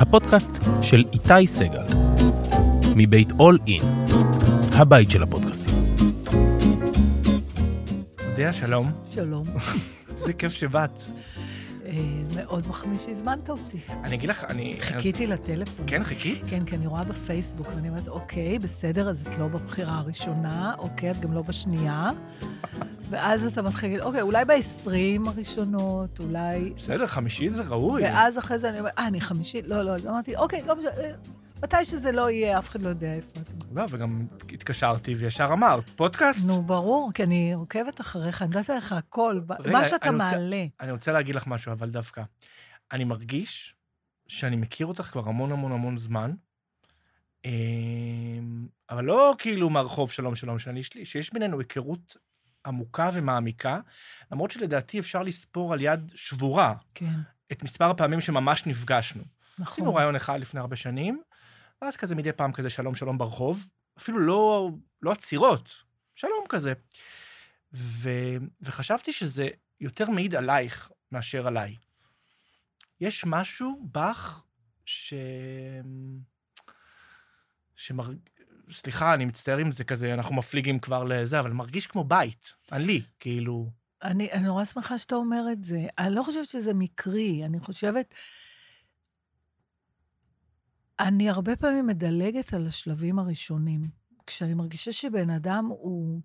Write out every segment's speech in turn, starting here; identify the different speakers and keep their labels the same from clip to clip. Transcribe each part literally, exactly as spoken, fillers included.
Speaker 1: הפודקאסט של איתי סגל, מבית אול אין, הבית של הפודקאסטים.
Speaker 2: יודע, שלום.
Speaker 3: שלום.
Speaker 2: זה כיף שבאת.
Speaker 3: מאוד מחמיא שהזמנת אותי.
Speaker 2: אני אגיד לך, אני...
Speaker 3: חיכיתי לטלפון.
Speaker 2: כן, חיכית?
Speaker 3: כן, כי אני רואה בפייסבוק, ואני אומרת, אוקיי, בסדר, אז את לא בבחירה הראשונה, אוקיי, את גם לא בשנייה, ואז אתה מתחיל להגיד, אוקיי, אולי ב-עשרים הראשונות, אולי...
Speaker 2: בסדר, חמישית זה ראוי.
Speaker 3: ואז אחרי זה אני אומרת, אה, אני חמישית? לא, לא, אז אמרתי, אוקיי, לא משנה, מתי שזה לא יהיה, אף אחד לא יודע איפה אתה.
Speaker 2: לא, וגם התקשרתי וישר אמרת, פודקאסט?
Speaker 3: נו, ברור, כי אני עוקבת אחריך, אני יודעת לך הכל, מה שאתה מעלה.
Speaker 2: אני רוצה להגיד לך משהו, אבל דווקא. אני מרגיש שאני מכיר אותך כבר המון המון המון זמן, אבל לא כאילו מהרחוב שלום שלום שאני שלי, שיש בינינו היכרות עמוקה ומעמיקה, למרות שלדעתי אפשר לספור על יד שבורה,
Speaker 3: כן.
Speaker 2: את מספר הפעמים שממש נפגשנו.
Speaker 3: נכון.
Speaker 2: עשינו רעיון אחד לפני הרבה שנים, ואז כזה מדי פעם כזה שלום שלום ברחוב, אפילו לא, לא עצירות, שלום כזה. ו, וחשבתי שזה יותר מעיד עלייך מאשר עליי. יש משהו בך ש... שמר... סליחה, אני מצטער אם זה כזה, אנחנו מפליגים כבר לזה, אבל מרגיש כמו בית, אני לי, כאילו...
Speaker 3: אני, אני נורא שמחה שאתה אומר את זה. אני לא חושבת שזה מקרי, אני חושבת... אני הרבה פעמים מדלגת על השלבים הראשונים. כשאני מרגישה שבן אדם הוא...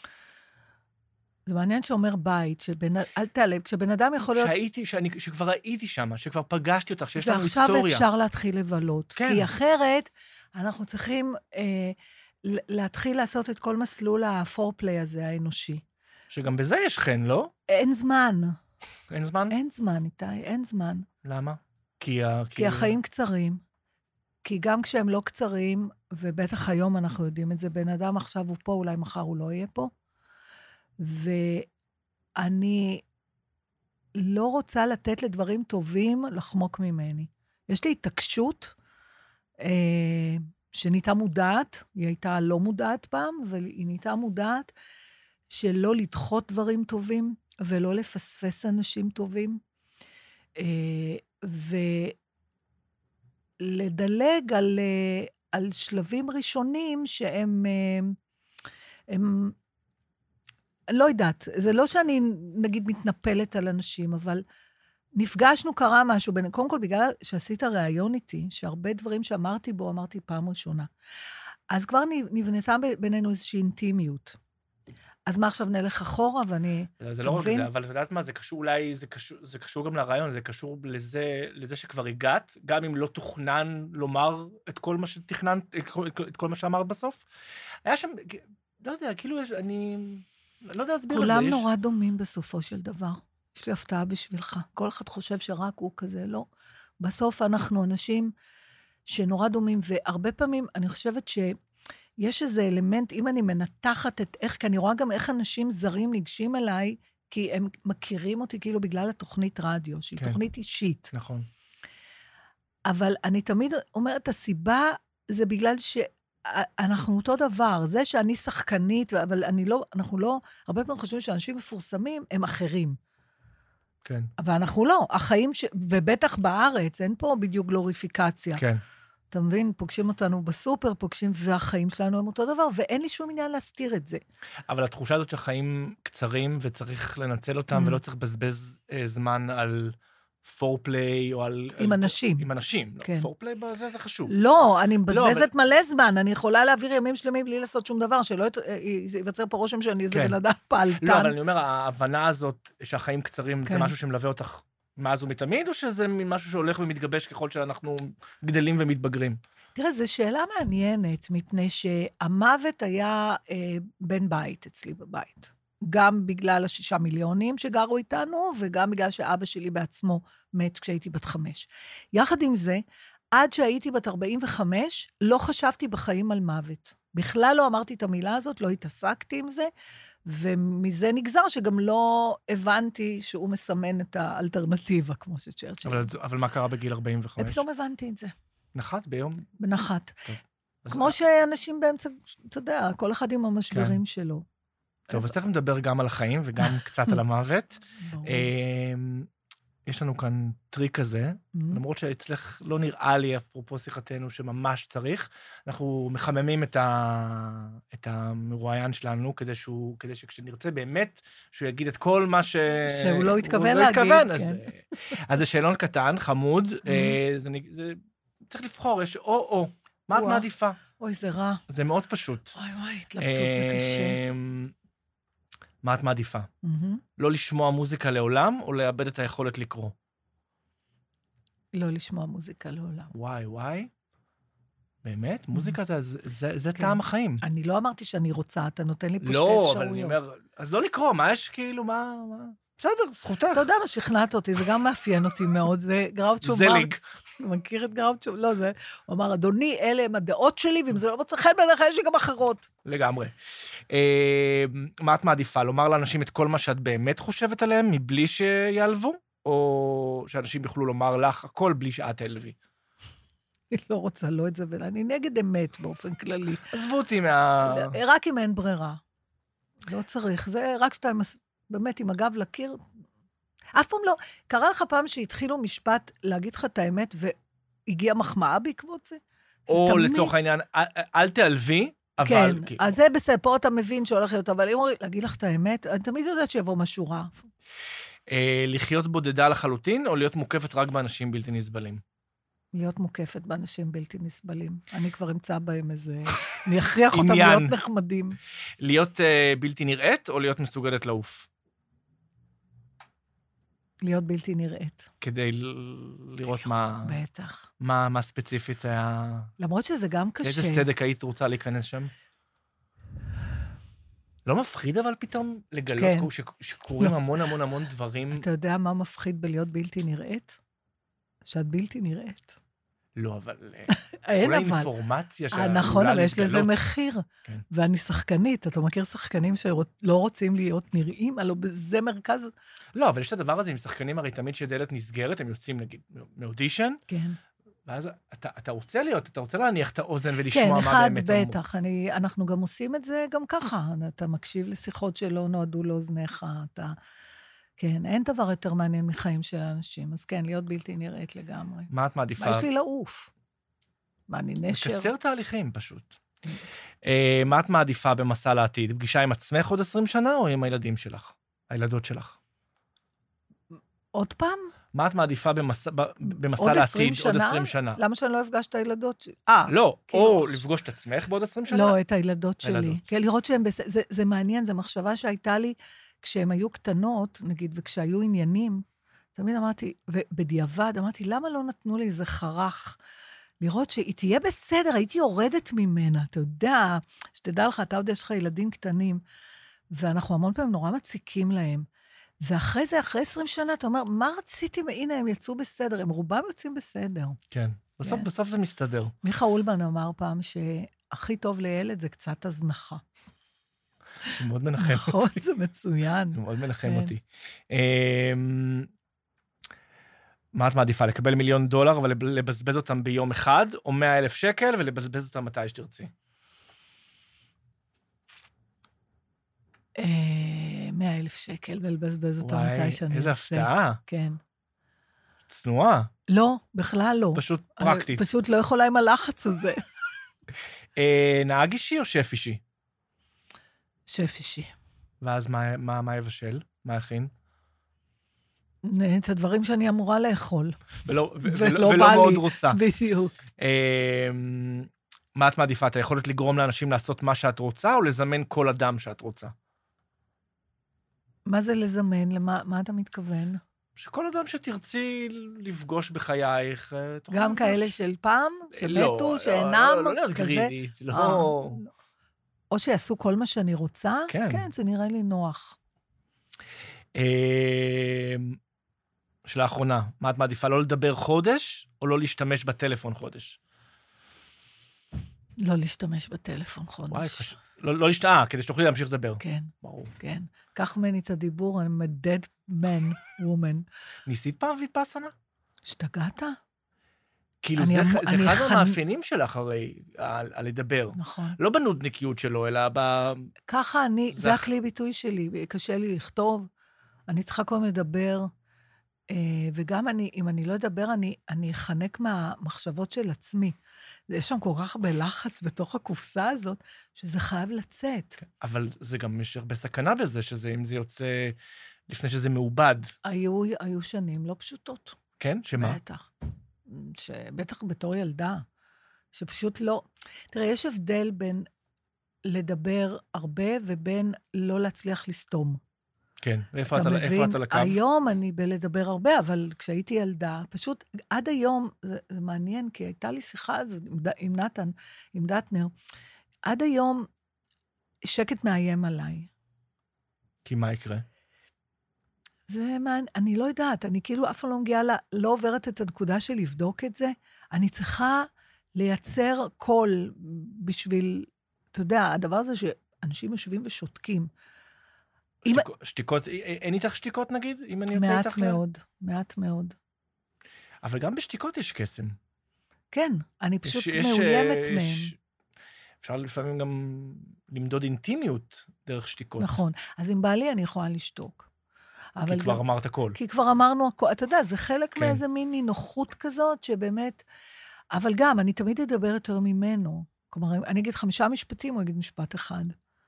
Speaker 3: זה מעניין שאומר בית, שבן... אל תעלב, כשבן אדם יכול להיות...
Speaker 2: שהייתי, שאני, שכבר הייתי שם, שכבר פגשתי אותך, שיש לנו היסטוריה.
Speaker 3: ועכשיו אפשר להתחיל לבלות.
Speaker 2: כן.
Speaker 3: כי אחרת, אנחנו צריכים אה, להתחיל לעשות את כל מסלול הפורפליי הזה, האנושי.
Speaker 2: שגם בזה יש חן, לא?
Speaker 3: אין זמן.
Speaker 2: אין זמן?
Speaker 3: אין זמן, איתי, אין זמן.
Speaker 2: למה? כי, ה...
Speaker 3: כי החיים קצרים. כי גם כשהם לא קצרים, ובטח היום אנחנו יודעים את זה, בן אדם עכשיו הוא פה, אולי מחר הוא לא יהיה פה, ואני לא רוצה לתת לדברים טובים לחמוק ממני. יש לי התעקשות אה, שנהייתה מודעת, היא הייתה לא מודעת פעם, אבל היא נהייתה מודעת שלא לדחות דברים טובים, ולא לפספס אנשים טובים, אה, ו... לדלג על, על שלבים ראשונים שהם, הם, לא יודעת, זה לא שאני נגיד מתנפלת על אנשים, אבל נפגשנו, קרה משהו, קודם כל בגלל שעשית ראיון איתי, שהרבה דברים שאמרתי בו, אמרתי פעם ראשונה. אז כבר נבנתה בינינו איזושהי אינטימיות. אז מה עכשיו נלך אחורה, ואני...
Speaker 2: זה לא רק זה, אבל את יודעת מה, זה קשור אולי, זה קשור, זה קשור גם לרעיון, זה קשור לזה, לזה שכבר הגעת, גם אם לא תוכנן לומר את כל מה שתכננת, את כל מה שאמרת בסוף. היה שם, לא יודע, כאילו יש, אני לא יודע להסביר את זה.
Speaker 3: כולם נורא דומים בסופו של דבר. יש לי הפתעה בשבילך. כל אחד חושב שרק הוא כזה, לא. בסוף אנחנו אנשים שנורא דומים, והרבה פעמים אני חושבת ש... יש איזה אלמנט, אם אני מנתחת את איך, כי אני רואה גם איך אנשים זרים ניגשים אליי, כי הם מכירים אותי כאילו בגלל התוכנית רדיו, שהיא כן. תוכנית אישית.
Speaker 2: נכון.
Speaker 3: אבל אני תמיד אומרת, הסיבה זה בגלל שאנחנו אותו דבר, זה שאני שחקנית, אבל אני לא, אנחנו לא, הרבה פעמים חושבים שאנשים מפורסמים הם אחרים.
Speaker 2: כן.
Speaker 3: אבל אנחנו לא, החיים, ש... ובטח בארץ, אין פה בדיוק גלוריפיקציה.
Speaker 2: כן.
Speaker 3: אתה מבין, פוגשים אותנו בסופר, פוגשים, והחיים שלנו הם אותו דבר, ואין לי שום עניין להסתיר את זה.
Speaker 2: אבל התחושה הזאת שהחיים קצרים, וצריך לנצל אותם, mm. ולא צריך לבזבז אה, זמן על פורפליי, או על...
Speaker 3: עם על, אנשים.
Speaker 2: עם אנשים.
Speaker 3: כן.
Speaker 2: פורפליי בזה זה חשוב.
Speaker 3: לא, אני מבזבזת
Speaker 2: לא, אבל...
Speaker 3: מלא זמן, אני יכולה להעביר ימים שלמים בלי לעשות שום דבר, שלא ייווצר פה רושם שאני איזה כן. בן אדם פעלתן.
Speaker 2: לא, אבל אני אומר, ההבנה הזאת שהחיים קצרים, כן. זה משהו שמלווה אותך מאז ומתמיד, או שזה משהו שהולך ומתגבש ככל שאנחנו גדלים ומתבגרים?
Speaker 3: תראה, זו שאלה מעניינת, מפני שהמוות היה אה, בן בית אצלי בבית. גם בגלל השישה מיליונים שגרו איתנו, וגם בגלל שאבא שלי בעצמו מת כשהייתי בת חמש. יחד עם זה, עד שהייתי בת ארבעים וחמש, לא חשבתי בחיים על מוות. בכלל לא אמרתי את המילה הזאת, לא התעסקתי עם זה, ומזה נגזר שגם לא הבנתי שהוא מסמן את האלטרנטיבה, כמו שצ'רצ'יל.
Speaker 2: אבל, אבל מה קרה בגיל ארבעים וחמש?
Speaker 3: פתאום הבנתי את זה.
Speaker 2: נחת ביום?
Speaker 3: בנחת.
Speaker 2: טוב.
Speaker 3: כמו אז... שאנשים באמצע, אתה יודע, כל אחד עם המשברים כן. שלו.
Speaker 2: טוב, אז תכף נדבר גם על החיים וגם קצת על המוות. יש לנו כאן טריק כזה,
Speaker 3: Mm-hmm.
Speaker 2: למרות שאצלך לא נראה לי, אפרופו שיחתנו, שממש צריך, אנחנו מחממים את, ה... את המרואיין שלנו, כדי, שהוא... כדי שכשנרצה באמת, שהוא יגיד את כל מה ש...
Speaker 3: שהוא לא התכוון
Speaker 2: לא
Speaker 3: להגיד.
Speaker 2: התכוון,
Speaker 3: כן.
Speaker 2: אז, אז זה שאלון קטן, חמוד, mm-hmm. זה, זה... צריך לבחור, יש או-או, מה את מעדיפה?
Speaker 3: אוי, זה רע.
Speaker 2: זה מאוד פשוט.
Speaker 3: וואי וואי, התלבטות, זה קשה.
Speaker 2: מה את מעדיפה?
Speaker 3: Mm-hmm.
Speaker 2: לא לשמוע מוזיקה לעולם, או לאבד את היכולת לקרוא?
Speaker 3: לא לשמוע מוזיקה לעולם.
Speaker 2: וואי, וואי. באמת? מוזיקה זה, זה, זה, זה טעם החיים.
Speaker 3: אני לא אמרתי שאני רוצה, אתה נותן לי פה שתי
Speaker 2: לא,
Speaker 3: אפשרויות.
Speaker 2: אבל אני אומר, אז לא לקרוא, מה יש כאילו, מה... מה... בסדר, זכותך.
Speaker 3: אתה יודע מה, שכנעת אותי, זה גם מאפיין אותי מאוד, זה גראוצ'ו
Speaker 2: זליג.
Speaker 3: מכיר את גראוצ'ו? לא, זה, הוא אמר, אדוני, אלה הם הדעות שלי, ואם זה לא מוצא חן בעיניך, יש לי גם אחרות.
Speaker 2: לגמרי. אה, מה את מעדיפה? לומר לאנשים את כל מה שאת באמת חושבת עליהם, מבלי שיעלבו? או שאנשים יוכלו לומר לך הכל בלי שאת תעלבי?
Speaker 3: אני לא רוצה לא את זה, ואני נגד אמת באופן כללי.
Speaker 2: עזבו אותי מה...
Speaker 3: רק אם אין ברירה. לא צריך, זה רק שאתה באמת עם הגב לקיר. אף פעם לא, קרה לך פעם שהתחילו משפט להגיד לך את האמת, והגיעה מחמאה בעקבות זה?
Speaker 2: או
Speaker 3: תמיד...
Speaker 2: לצורך העניין, אל, אל תעלבי, אבל...
Speaker 3: כן,
Speaker 2: כי...
Speaker 3: אז זה בסדר, פה אתה מבין שהולך להיות, אבל אם אומרים, להגיד לך את האמת, אני תמיד יודעת שיבוא משהו רע.
Speaker 2: אה, לחיות בודדה לחלוטין, או להיות מוקפת רק באנשים בלתי נסבלים?
Speaker 3: להיות מוקפת באנשים בלתי נסבלים. אני כבר אמצא בהם איזה... אני אכריח אותם להיות נחמדים.
Speaker 2: להיות uh, בלתי נראית, או להיות מסוגלת לעוף?
Speaker 3: להיות בלתי נראית.
Speaker 2: כדי לראות מה...
Speaker 3: בטח.
Speaker 2: מה, מה ספציפית היה...
Speaker 3: למרות שזה גם קשה.
Speaker 2: איזה סדק היית רוצה להיכנס שם? לא מפחיד אבל פתאום לגלות כן. ש... שקורים לא. המון המון המון דברים.
Speaker 3: אתה יודע מה מפחיד בלהיות בלתי נראית? שאת בלתי נראית.
Speaker 2: לא, אבל...
Speaker 3: אין
Speaker 2: כל
Speaker 3: אבל.
Speaker 2: האינפורמציה שעלולה להתגלות.
Speaker 3: נכון, אבל יש לזה מחיר. כן. ואני שחקנית. אתה מכיר שחקנים שלא רוצים להיות נראים? הלוא זה מרכז...
Speaker 2: לא, אבל יש את הדבר הזה עם שחקנים, הרי תמיד שדלת נסגרת, הם יוצאים, נגיד, מאודישן.
Speaker 3: כן.
Speaker 2: ואז אתה, אתה רוצה להיות, אתה רוצה להניח את האוזן ולשמוע
Speaker 3: כן,
Speaker 2: מה
Speaker 3: אחד,
Speaker 2: באמת
Speaker 3: אמרו. כן, אחד, בטח. אני, אנחנו גם עושים את זה גם ככה. אתה מקשיב לשיחות שלא נועדו לאוזניך, אתה... כן, אין דבר יותר מעניין מחיים של האנשים. אז כן, להיות בלתי נראית לגמרי.
Speaker 2: מה את מעדיפה?
Speaker 3: מה יש לי לעוף? מה, אני נשר?
Speaker 2: מקצר תהליכים, פשוט. מה את מעדיפה במסע לעתיד? פגישה עם עצמך עוד עשרים שנה, או עם הילדים שלך? הילדות שלך?
Speaker 3: עוד פעם?
Speaker 2: מה את מעדיפה במסע, במסע לעתיד עוד עשרים שנה?
Speaker 3: למה שאני לא אפגש את הילדות שלי? אה.
Speaker 2: לא, או לפגוש את עצמך בעוד עשרים שנה?
Speaker 3: לא, את הילדות שלי. כן, לראות שהם בסדר. זה, זה מעניין, זו מחשבה שהייתה לי כשהן היו קטנות, נגיד, וכשהיו עניינים, תמיד אמרתי, ובדיעבד אמרתי, למה לא נתנו לי איזה חרך? לראות שהיא תהיה בסדר, הייתי יורדת ממנה, אתה יודע, שתדע לך, אתה עוד יש לך ילדים קטנים, ואנחנו המון פעמים נורא מציקים להם, ואחרי זה, אחרי עשרים שנה, אתה אומר, מה רציתי? הנה, הם יצאו בסדר, הם רובם יוצאים בסדר.
Speaker 2: כן, בסוף, yeah. בסוף זה מסתדר.
Speaker 3: מיכה אולמן אמר פעם, שהכי טוב לילד זה קצת הזנחה.
Speaker 2: זה מאוד מנחם אותי.
Speaker 3: נכון, זה מצוין.
Speaker 2: זה מאוד מנחם אותי. מה את מעדיפה? לקבל מיליון דולר, אבל לבזבז אותם ביום אחד, או מאה אלף שקל, ולבזבז אותם מתי שתרצי?
Speaker 3: מאה אלף שקל, ולבזבז אותם מתי שאני
Speaker 2: וואי, איזה הפתעה.
Speaker 3: כן.
Speaker 2: צנועה.
Speaker 3: לא, בכלל לא.
Speaker 2: פשוט פרקטית.
Speaker 3: פשוט לא יכולה עם הלחץ הזה.
Speaker 2: נהג אישי או שף אישי?
Speaker 3: שף אישי.
Speaker 2: ואז מה, מה, מה יבשל? מה יכין?
Speaker 3: את הדברים שאני אמורה לאכול.
Speaker 2: ולא, ו- ולא, ולא מאוד רוצה.
Speaker 3: בדיוק.
Speaker 2: מה את מעדיפה? אתה יכולת לגרום לאנשים לעשות מה שאת רוצה, או לזמן כל אדם שאת רוצה?
Speaker 3: מה זה לזמן? למה, מה אתה מתכוון?
Speaker 2: שכל אדם שתרצי לפגוש בחייך,
Speaker 3: גם כאלה של פעם? שמתו,
Speaker 2: לא,
Speaker 3: שאינם?
Speaker 2: לא, לא להיות גרידית, לא...
Speaker 3: או שיעשו כל מה שאני רוצה?
Speaker 2: כן.
Speaker 3: כן, זה נראה לי נוח.
Speaker 2: שאלה האחרונה, מה את מעדיפה? לא לדבר חודש, או לא להשתמש בטלפון חודש?
Speaker 3: לא להשתמש בטלפון חודש. וואי, חש...
Speaker 2: לא, לא להשתמש, כדי שתוכלי להמשיך לדבר.
Speaker 3: כן.
Speaker 2: ברור.
Speaker 3: כן. קח ממני את הדיבור, אני a dead man, woman.
Speaker 2: ניסית פעם ויפאסנה?
Speaker 3: השתגעת?
Speaker 2: כאילו, זה, זה אחד חנ... המאפיינים שלך הרי, על, על לדבר.
Speaker 3: נכון.
Speaker 2: לא בנודניקיות שלו, אלא ב...
Speaker 3: ככה אני, זה, זה הכלי ביטוי שלי, קשה לי לכתוב, אני צריכה כל לדבר, וגם אני, אם אני לא אדבר, אני, אני אחנק מהמחשבות של עצמי. יש שם כל כך הרבה לחץ בתוך הקופסה הזאת, שזה חייב לצאת.
Speaker 2: אבל זה גם יש הרבה סכנה בזה, שזה אם זה יוצא לפני שזה מעובד.
Speaker 3: היו, היו שנים לא פשוטות.
Speaker 2: כן? שמה?
Speaker 3: בטח. שבטח בתור ילדה, שפשוט לא... תראה, יש הבדל בין לדבר הרבה ובין לא להצליח לסתום.
Speaker 2: כן, ואיפה אתה,
Speaker 3: מבין,
Speaker 2: איפה אתה לקו?
Speaker 3: היום אני בלדבר הרבה, אבל כשהייתי ילדה, פשוט עד היום, זה, זה מעניין, כי הייתה לי שיחה על זה עם, עם נתן, עם דטנר, עד היום שקט מאיים עליי.
Speaker 2: כי מה יקרה?
Speaker 3: זה מעניין, אני לא יודעת, אני כאילו אף פעם לא מגיעה, לה, לא עוברת את הנקודה של לבדוק את זה, אני צריכה לייצר קול בשביל, אתה יודע, הדבר הזה שאנשים יושבים ושותקים,
Speaker 2: שתיקות, שתיקות, אין איתך שתיקות נגיד, אם אני יוצא איתך?
Speaker 3: מעט מאוד, מעט מאוד.
Speaker 2: אבל גם בשתיקות יש קסם.
Speaker 3: כן, אני פשוט
Speaker 2: יש,
Speaker 3: מאוימת
Speaker 2: יש,
Speaker 3: מהם.
Speaker 2: אפשר לפעמים גם למדוד אינטימיות דרך שתיקות.
Speaker 3: נכון, אז עם בעלי אני יכולה לשתוק.
Speaker 2: כי כבר אמרת הכל.
Speaker 3: כי כבר אמרנו הכל, אתה יודע, זה חלק
Speaker 2: כן.
Speaker 3: מאיזה מין נינוחות כזאת, שבאמת, אבל גם, אני תמיד אדבר יותר ממנו. כלומר, אני אגיד חמישה משפטים, הוא יגיד משפט אחד.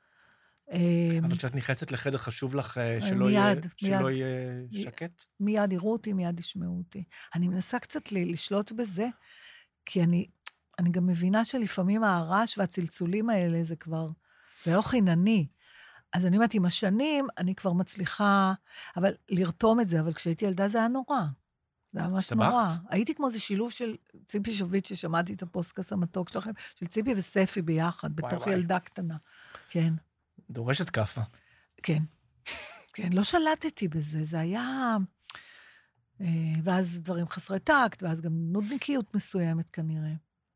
Speaker 2: אבל כשאת נכנסת לחדר, חשוב לך שלא,
Speaker 3: מיד,
Speaker 2: יהיה,
Speaker 3: מיד.
Speaker 2: שלא יהיה שקט?
Speaker 3: מיד יראו אותי, מיד ישמעו אותי. אני מנסה קצת לשלוט בזה, כי אני, אני גם מבינה שלפעמים הרעש והצלצולים האלה, זה כבר, זה לא חינני. אז אני אומרת, עם השנים, אני כבר מצליחה, אבל לרתום את זה, אבל כשהייתי ילדה זה היה נורא. זה היה ממש נורא. הייתי כמו איזה שילוב של ציפי שביט, ששמעתי את הפוסטקאסט המתוק שלכם, של ציפי וספי ביחד, בתוך וואי ילדה וואי. קטנה. כן.
Speaker 2: דורשת כפה.
Speaker 3: כן. כן, לא שלטתי בזה, זה היה... ואז דברים חסרי טקט, ואז גם נודניקיות מסוימת כנראה.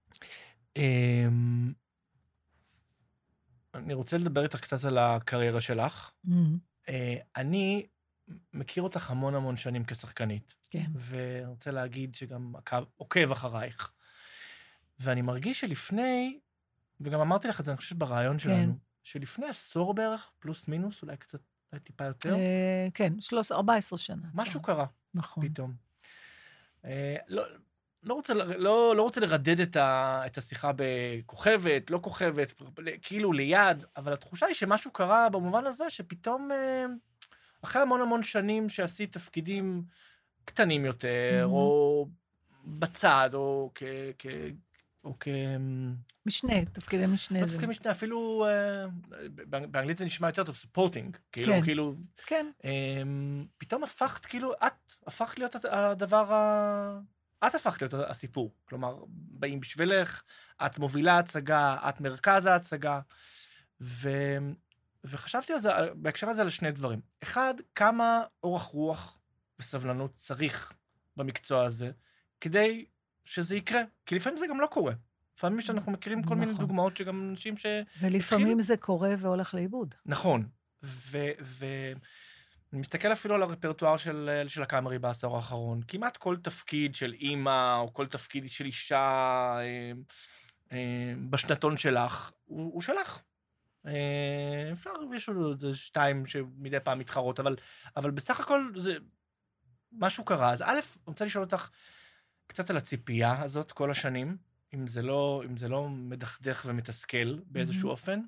Speaker 2: אני רוצה לדבר איתך קצת על הקריירה שלך. אני מכיר אותך המון המון שנים כשחקנית.
Speaker 3: כן.
Speaker 2: ואני רוצה להגיד שגם עוקב אחרייך. ואני מרגיש שלפני, וגם אמרתי לך את זה, אני חושב ברעיון שלנו, שלפני עשור בערך, פלוס מינוס, אולי קצת טיפה יותר.
Speaker 3: כן, שלוש, ארבע עשרה שנה.
Speaker 2: משהו קרה.
Speaker 3: נכון.
Speaker 2: פתאום. לא... לא רוצה, לא, לא רוצה לרדד את, ה, את השיחה בכוכבת, לא כוכבת, כאילו ליד, אבל התחושה היא שמשהו קרה במובן הזה, שפתאום, אחרי המון המון שנים שעשית תפקידים קטנים יותר, mm-hmm. או בצד, או כ... כ או כ...
Speaker 3: משנה, תפקידי משנה.
Speaker 2: לא תפקידי משנה, אפילו, באנגלית זה נשמע יותר טוב, supporting, כאילו,
Speaker 3: כן.
Speaker 2: כאילו,
Speaker 3: כן.
Speaker 2: פתאום הפכת, כאילו, את הפכת להיות הדבר ה... את הפכת להיות הסיפור, כלומר, באים בשבילך, את מובילה הצגה, את מרכז ההצגה, ו... וחשבתי על זה, בהקשר הזה על שני דברים. אחד, כמה אורך רוח וסבלנות צריך במקצוע הזה, כדי שזה יקרה, כי לפעמים זה גם לא קורה. לפעמים שאנחנו מכירים כל נכון. מיני דוגמאות שגם אנשים ש...
Speaker 3: ולפעמים
Speaker 2: התחיל...
Speaker 3: זה קורה והולך לאיבוד.
Speaker 2: נכון, ו... ו... אני מסתכל אפילו על הרפרטואר של, של הקאמרי בעשור האחרון. כמעט כל תפקיד של אימא, או כל תפקיד של אישה אה, אה, בשנתון שלך, הוא, הוא שלך. אה, אפשר, יש לנו איזה שתיים שמדי פעם מתחרות, אבל, אבל בסך הכל זה משהו קרה. אז א', אני רוצה לשאול אותך קצת על הציפייה הזאת כל השנים, אם זה לא, אם זה לא מדכדך ומתסכל באיזשהו mm-hmm. אופן.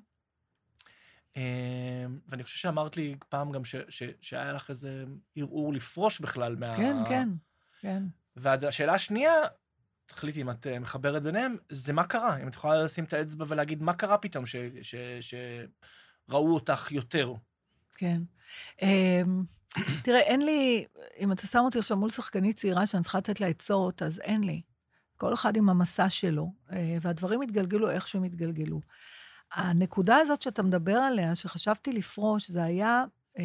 Speaker 2: ואני חושב שאמרת לי פעם גם ש, ש, שהיה לך איזה ערעור לפרוש בכלל מה...
Speaker 3: כן, כן, כן.
Speaker 2: והשאלה השנייה, תחליטי אם את מחברת ביניהם, זה מה קרה? אם את יכולה לשים את האצבע ולהגיד מה קרה פתאום ש, ש, שראו אותך יותר.
Speaker 3: כן. תראה, אין לי, אם אתה שם אותי עכשיו מול שחקנית צעירה שאני צריכה לתת לה עצות, אז אין לי. כל אחד עם המסע שלו, והדברים התגלגלו איך שהם התגלגלו. הנקודה הזאת שאתה מדבר עליה, שחשבתי לפרוש, זה היה אה,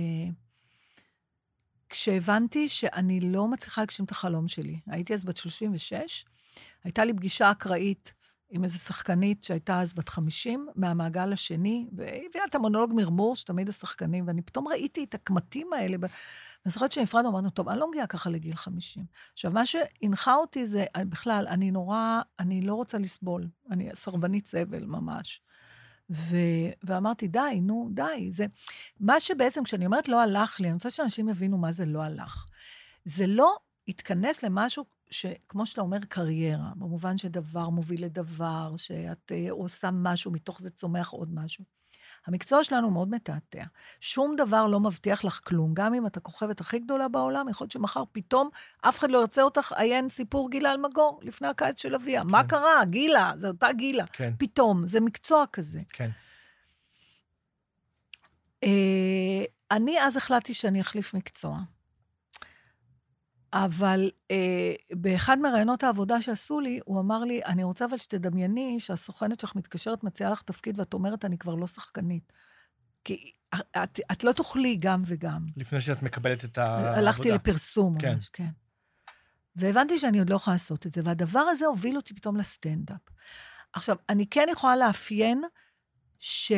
Speaker 3: כשהבנתי שאני לא מצליחה להגשים את החלום שלי. הייתי אז בת שלושים ושש, הייתה לי פגישה אקראית עם איזו שחקנית שהייתה אז בת חמישים, מהמעגל השני, והביאה את המונולוג מרמור, שתמיד השחקנים, ואני פתאום ראיתי את הקמטים האלה, ואני זוכרת שנפרדנו, אמרנו, טוב, אני לא מגיעה ככה לגיל חמישים. עכשיו, מה שהנחה אותי זה, בכלל, אני נורא, אני לא רוצה לסבול, אני סרבנית סבל ממש. ו... ואמרתי, די, נו, די. זה... מה שבעצם, כשאני אומרת לא הלך לי, אני רוצה שאנשים יבינו מה זה לא הלך. זה לא התכנס למשהו שכמו שאתה אומר, קריירה, במובן שדבר מוביל לדבר, שאת uh, עושה משהו, מתוך זה צומח עוד משהו. המקצוע שלנו מאוד מתעתע. שום דבר לא מבטיח לך כלום. גם אם אתה כוכבת הכי גדולה בעולם, יכול להיות שמחר פתאום אף אחד לא ירצה אותך, עיין סיפור גילה אלמגור, לפני הקיץ של אביה. כן. מה קרה? גילה, זה אותה גילה. כן. פתאום, זה מקצוע כזה.
Speaker 2: כן.
Speaker 3: אה, אני אז החלטתי שאני אחליף מקצוע. אבל אה, באחד מראיונות העבודה שעשו לי, הוא אמר לי, אני רוצה אבל שתדמייני שהסוכנת שלך מתקשרת, מציעה לך תפקיד, ואת אומרת, אני כבר לא שחקנית. כי את, את לא תוכלי גם וגם.
Speaker 2: לפני שאת מקבלת את העבודה.
Speaker 3: הלכתי לפרסום.
Speaker 2: כן.
Speaker 3: ממש, כן. והבנתי שאני עוד לא יכולה לעשות את זה, והדבר הזה הוביל אותי פתאום לסטנדאפ. עכשיו, אני כן יכולה לאפיין ש...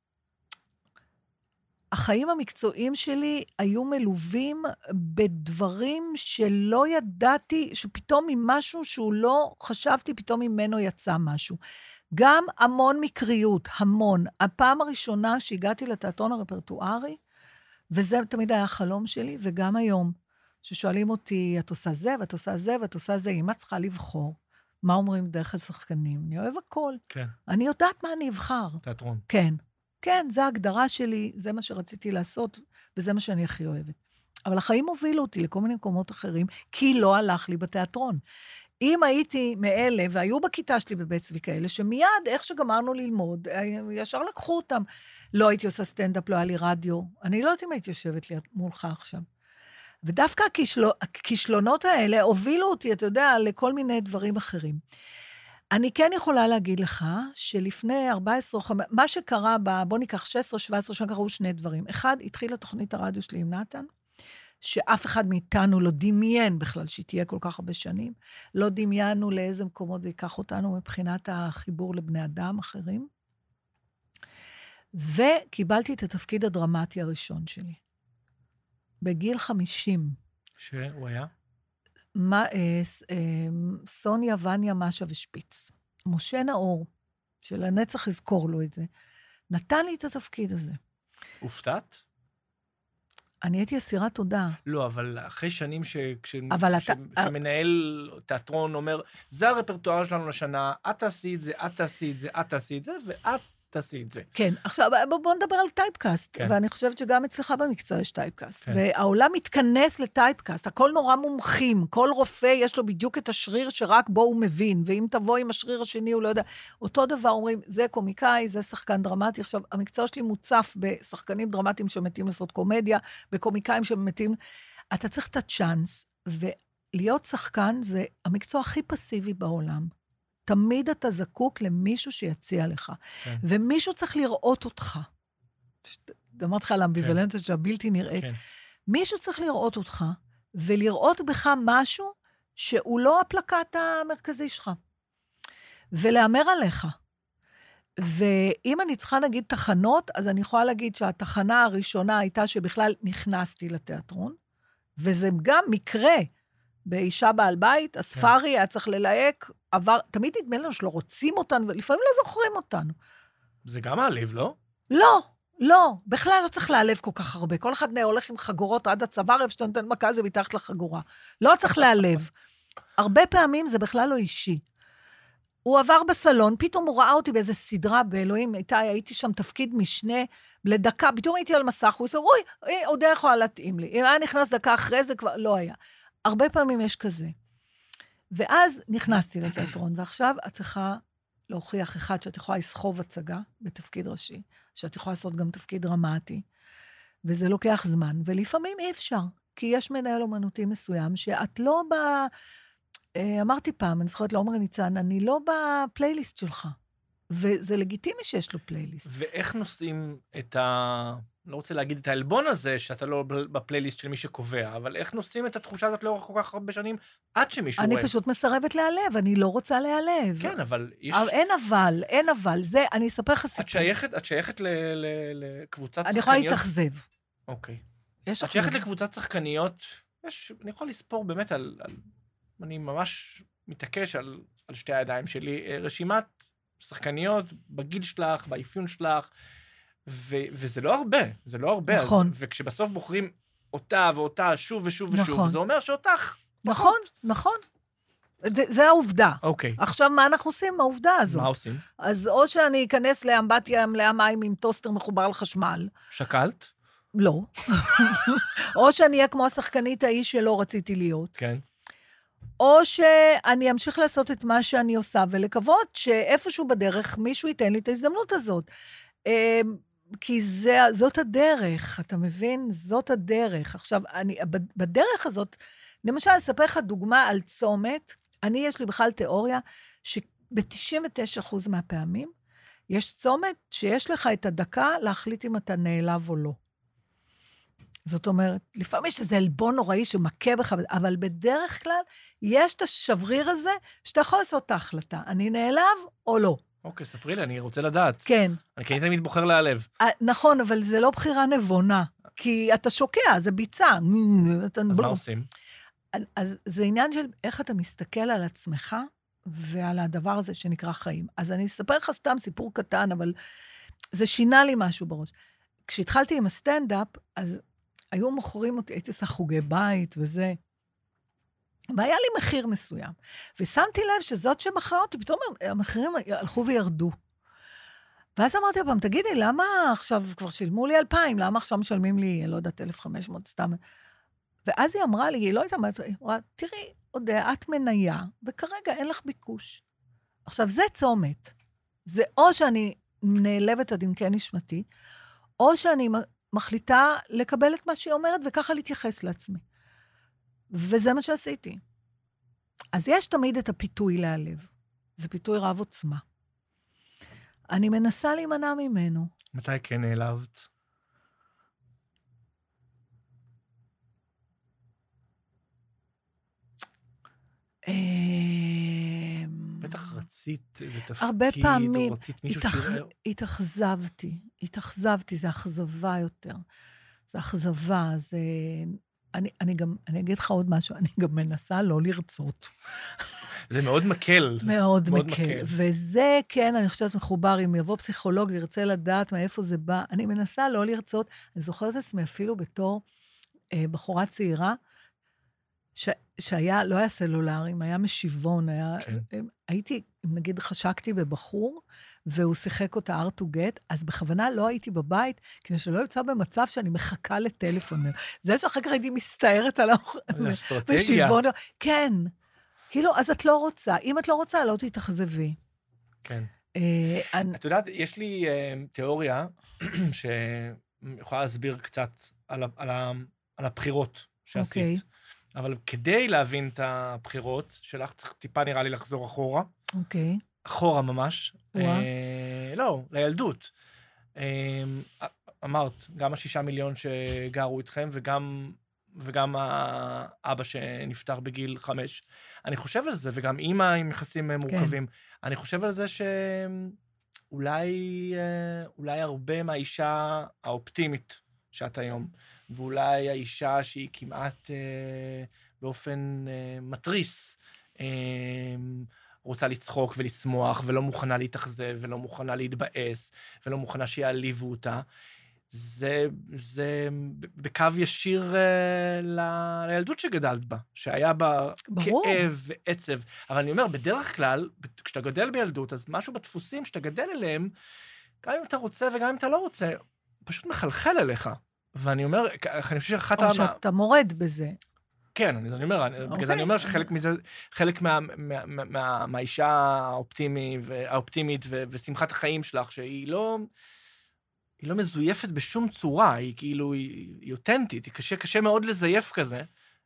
Speaker 3: החיים המקצועיים שלי היו מלווים בדברים שלא ידעתי, שפתאום ממשהו שהוא לא חשבתי, פתאום ממנו יצא משהו. גם המון מקריות, המון. הפעם הראשונה שהגעתי לתיאטרון הרפרטוארי, וזה תמיד היה החלום שלי, וגם היום, ששואלים אותי, את עושה זה, ואת עושה זה, ואת עושה זה, אם את צריכה לבחור, מה אומרים דרך השחקנים? אני אוהב הכל.
Speaker 2: כן.
Speaker 3: אני יודעת מה אני אבחר.
Speaker 2: תיאטרון.
Speaker 3: כן. כן, זו ההגדרה שלי, זה מה שרציתי לעשות, וזה מה שאני הכי אוהבת. אבל החיים הובילו אותי לכל מיני מקומות אחרים, כי לא הלך לי בתיאטרון. אם הייתי מאלה, והיו בכיתה שלי בבית צבי כאלה, שמיד, איך שגמרנו ללמוד, ישר לקחו אותם. לא הייתי עושה סטנדאפ, לא היה לי רדיו. אני לא יודעת אם הייתי יושבת לי מולך עכשיו. ודווקא הכישלו, הכישלונות האלה הובילו אותי, אתה יודע, לכל מיני דברים אחרים. אני כן יכולה להגיד לך, שלפני ארבע עשרה, מה שקרה, ב, בוא ניקח שש עשרה שבע עשרה, שם קראו שני דברים. אחד, התחילה תוכנית הרדיו שלי עם נתן, שאף אחד מאיתנו לא דמיין בכלל שהיא תהיה כל כך הרבה שנים, לא דמיינו לאיזה מקומות זה ייקח אותנו מבחינת החיבור לבני אדם אחרים, וקיבלתי את התפקיד הדרמטי הראשון שלי, בגיל חמישים.
Speaker 2: שהוא היה?
Speaker 3: מה, אה, אה, סוניה, וניה, משה ושפיץ. משה נאור, שלנצח יזכור לו את זה, נתן לי את התפקיד הזה.
Speaker 2: הופתעת?
Speaker 3: אני הייתי אסירת תודה.
Speaker 2: לא, אבל אחרי שנים ש... כש...
Speaker 3: אבל
Speaker 2: ש...
Speaker 3: אתה...
Speaker 2: שמנהל תיאטרון אומר, זה הרפרטואר שלנו לשנה, את תעשי את זה, את תעשי את זה, את תעשי את זה, ואת תעשי את זה.
Speaker 3: כן, עכשיו בוא, בוא נדבר על טייפקאסט, כן. ואני חושבת שגם אצלך במקצוע יש טייפקאסט, כן. והעולם מתכנס לטייפקאסט, הכל נורא מומחים, כל רופא יש לו בדיוק את השריר שרק בו הוא מבין, ואם תבוא עם השריר השני הוא לא יודע, אותו דבר אומרים, זה קומיקאי, זה שחקן דרמטי, עכשיו המקצוע שלי מוצף בשחקנים דרמטיים שמתים לעשות קומדיה, בקומיקאים שמתים, אתה צריך את הצ'אנס, ולהיות שחקן זה המקצוע הכי פסיבי בעולם, תמיד אתה זקוק למישהו שיציע לך. כן. ומישהו צריך לראות אותך. אמרת לך על האמביוולנטיות כן. שהבלתי נראית. כן. מישהו צריך לראות אותך, ולראות בך משהו שהוא לא הפלקט המרכזי שלך. ולאמר עליך. ואם אני צריכה נגיד תחנות, אז אני יכולה להגיד שהתחנה הראשונה הייתה שבכלל נכנסתי לתיאטרון, וזה גם מקרה, באישה בעל בית, הספארי היה צריך ללהק, עבר, תמיד נדמה לנו שלא רוצים אותנו, ולפעמים לא זוכרים אותנו.
Speaker 2: זה גם מעליב, לא?
Speaker 3: לא, לא, בכלל לא צריך להעלב כל כך הרבה. כל אחד הולך עם חגורות עד הצוואר, איפה שאתה נותן מכה זה מתחת לחגורה. לא צריך להעלב. הרבה פעמים זה בכלל לא אישי. הוא עבר בסלון, פתאום הוא ראה אותי באיזה סדרה באלוהים, הייתה, הייתי שם תפקיד משנה לדקה, פתאום הייתי על מסך, הוא עושה, אוי, עוד יכולה להתאים לי. אם היה נכנס דקה אחרי זה, כבר לא היה. הרבה פעמים יש כזה. ואז נכנסתי לתיאטרון, ועכשיו את צריכה להוכיח אחד, שאת יכולה לסחוב הצגה בתפקיד ראשי, שאת יכולה לעשות גם תפקיד דרמטי, וזה לוקח זמן, ולפעמים אי אפשר, כי יש מנהל אומנותי מסוים, שאת לא ב... אמרתי פעם, אני זוכרת לעומר ניצן, אני לא בפלייליסט שלך, וזה לגיטימי שיש לו פלייליסט.
Speaker 2: ואיך נושאים את ה... לא רוצה להגיד את האלבון הזה, שאתה לא בפלייליסט של מי שקובע, אבל איך נושאים את התחושה הזאת לאורך כל כך הרבה שנים, עד שמישהו רואה?
Speaker 3: אני פשוט מסרבת להיעלב, אני לא רוצה להיעלב.
Speaker 2: כן, אבל יש...
Speaker 3: אין אבל, אין אבל, זה, אני אספר לך סיפור.
Speaker 2: את שייכת, את שייכת לקבוצת שחקניות?
Speaker 3: אני יכולה להתאכזב.
Speaker 2: אוקיי.
Speaker 3: יש
Speaker 2: את שייכת לקבוצת שחקניות, יש, אני יכול לספור באמת על, על אני ממש מתעקש על, על שתי הידיים שלי, רשימת שחקניות בגיל שלך, באפיון שלך, ו- וזה לא הרבה, זה לא הרבה.
Speaker 3: נכון.
Speaker 2: אז, וכשבסוף בוחרים אותה ואותה שוב ושוב ושוב, נכון. זה אומר שאותך
Speaker 3: נכון, נכון. זה, זה העובדה.
Speaker 2: אוקיי.
Speaker 3: עכשיו, מה אנחנו עושים עם העובדה הזאת?
Speaker 2: מה עושים?
Speaker 3: אז או שאני אכנס לאמבטיה מלאה מים עם טוסטר מחובר לחשמל.
Speaker 2: שקלת?
Speaker 3: לא. או שאני אהיה כמו השחקנית ההיא שלא רציתי להיות.
Speaker 2: כן.
Speaker 3: או שאני אמשיך לעשות את מה שאני עושה, ולקוות שאיפשהו בדרך מישהו ייתן לי את ההזדמנות הזאת. כי זה, זאת הדרך, אתה מבין? זאת הדרך. עכשיו, אני, בדרך הזאת, למשל, אספר לך דוגמה על צומת, אני, יש לי בכלל תיאוריה, שב-תשעים ותשעה אחוז מהפעמים, יש צומת שיש לך את הדקה להחליט אם אתה נעלב או לא. זאת אומרת, לפעמים יש איזה אלבון נוראי שמכה בך, אבל בדרך כלל, יש את השבריר הזה, שאתה יכול לעשות את ההחלטה. אני נעלב או לא?
Speaker 2: אוקיי, ספרי לי, אני רוצה לדעת.
Speaker 3: כן.
Speaker 2: אני כן תמיד בוחר להיעלב.
Speaker 3: נכון, אבל זה לא בחירה נבונה, כי אתה שוקע, זה ביצה.
Speaker 2: אז מה עושים?
Speaker 3: אז זה עניין של איך אתה מסתכל על עצמך, ועל הדבר הזה שנקרא חיים. אז אני אספר לך סתם סיפור קטן, אבל זה שינה לי משהו בראש. כשהתחלתי עם הסטנדאפ, אז היו מוכרים אותי, הייתי עושה חוגי בית וזה, והיה לי מחיר מסוים. ושמתי לב שזאת שמכרה אותי, פתאום המחירים הלכו וירדו. ואז אמרתי פעם, תגידי, למה עכשיו כבר שילמו לי אלפיים? למה עכשיו משלמים לי, לא יודעת, אלף וחמש מאות סתם? ואז היא אמרה לי, היא לא הייתה, היא אמרה, תראי, עוד את מניה, וכרגע אין לך ביקוש. עכשיו, זה צומת. זה או שאני נעלבת עד עמקי נשמתי, או שאני מחליטה לקבל את מה שהיא אומרת, וככה להתייחס לעצמי. וזה מה שעשיתי. אז יש תמיד את הפיתוי להלב. זה פיתוי רב עוצמה. אני מנסה להימנע ממנו.
Speaker 2: מתי כן נעלבת? בטח רצית איזה תפקיד,
Speaker 3: הרבה פעמים,
Speaker 2: או רצית מישהו שיראה.
Speaker 3: התאכזבתי, התאכזבתי, זה אכזבה יותר. זה אכזבה, זה... אני, אני גם, אני אגיד לך עוד משהו, אני גם מנסה לא לרצות.
Speaker 2: זה מאוד מקל.
Speaker 3: מאוד, מאוד מקל. מקל. וזה, כן, אני חושבת מחובר, אם יבוא פסיכולוג וירצה לדעת מאיפה זה בא, אני מנסה לא לרצות, אני זוכרת עצמי אפילו בתור אה, בחורה צעירה, ש, שהיה, לא היה סלולרים, היה משיבון, היה, כן. אה, הייתי, נגיד, חשקתי בבחור, והוא שיחק אותה ארט טו גט, אז בכוונה לא הייתי בבית, כדי שלא יוצא במצב שאני מחכה לטלפון. זה שאחר כך הייתי מסתערת על
Speaker 2: האסטרטגיה.
Speaker 3: כן. כאילו, אז את לא רוצה. אם את לא רוצה, לא תתאכזבי.
Speaker 2: כן. את יודעת, יש לי תיאוריה, שיכולה להסביר קצת על הבחירות שעשית. אבל כדי להבין את הבחירות שלך, צריך טיפה נראה לי לחזור אחורה.
Speaker 3: אוקיי.
Speaker 2: אחורה ממש. לא, לילדות. אמרת, גם השישה מיליון שגרו איתכם, וגם, וגם האבא שנפטר בגיל חמש. אני חושב על זה, וגם אמא עם יחסים מורכבים. אני חושב על זה שאולי אולי הרבה מהאישה האופטימית שאת היום, ואולי האישה שהיא כמעט באופן מטריס, רוצה לצחוק ולשמוח, ולא מוכנה להתאכזב, ולא מוכנה להתבאס, ולא מוכנה שיעליבו אותה. זה, זה בקו ישיר ל... לילדות שגדלת בה, שהיה בה ברור. כאב ועצב. אבל אני אומר, בדרך כלל, כשאתה גדל בילדות, אז משהו בדפוסים שאתה גדל אליהם, גם אם אתה רוצה וגם אם אתה לא רוצה, פשוט מחלחל אליך. ואני אומר, אני חושב שאחת...
Speaker 3: או שאתה מורד בזה.
Speaker 2: כן, אני אומר, בגלל זה אני אומר שחלק מזה, חלק מהאישה האופטימית ושמחת החיים שלך, שהיא לא, היא לא מזויפת בשום צורה, היא כאילו, היא אותנטית, היא קשה, קשה מאוד לזייף כזה.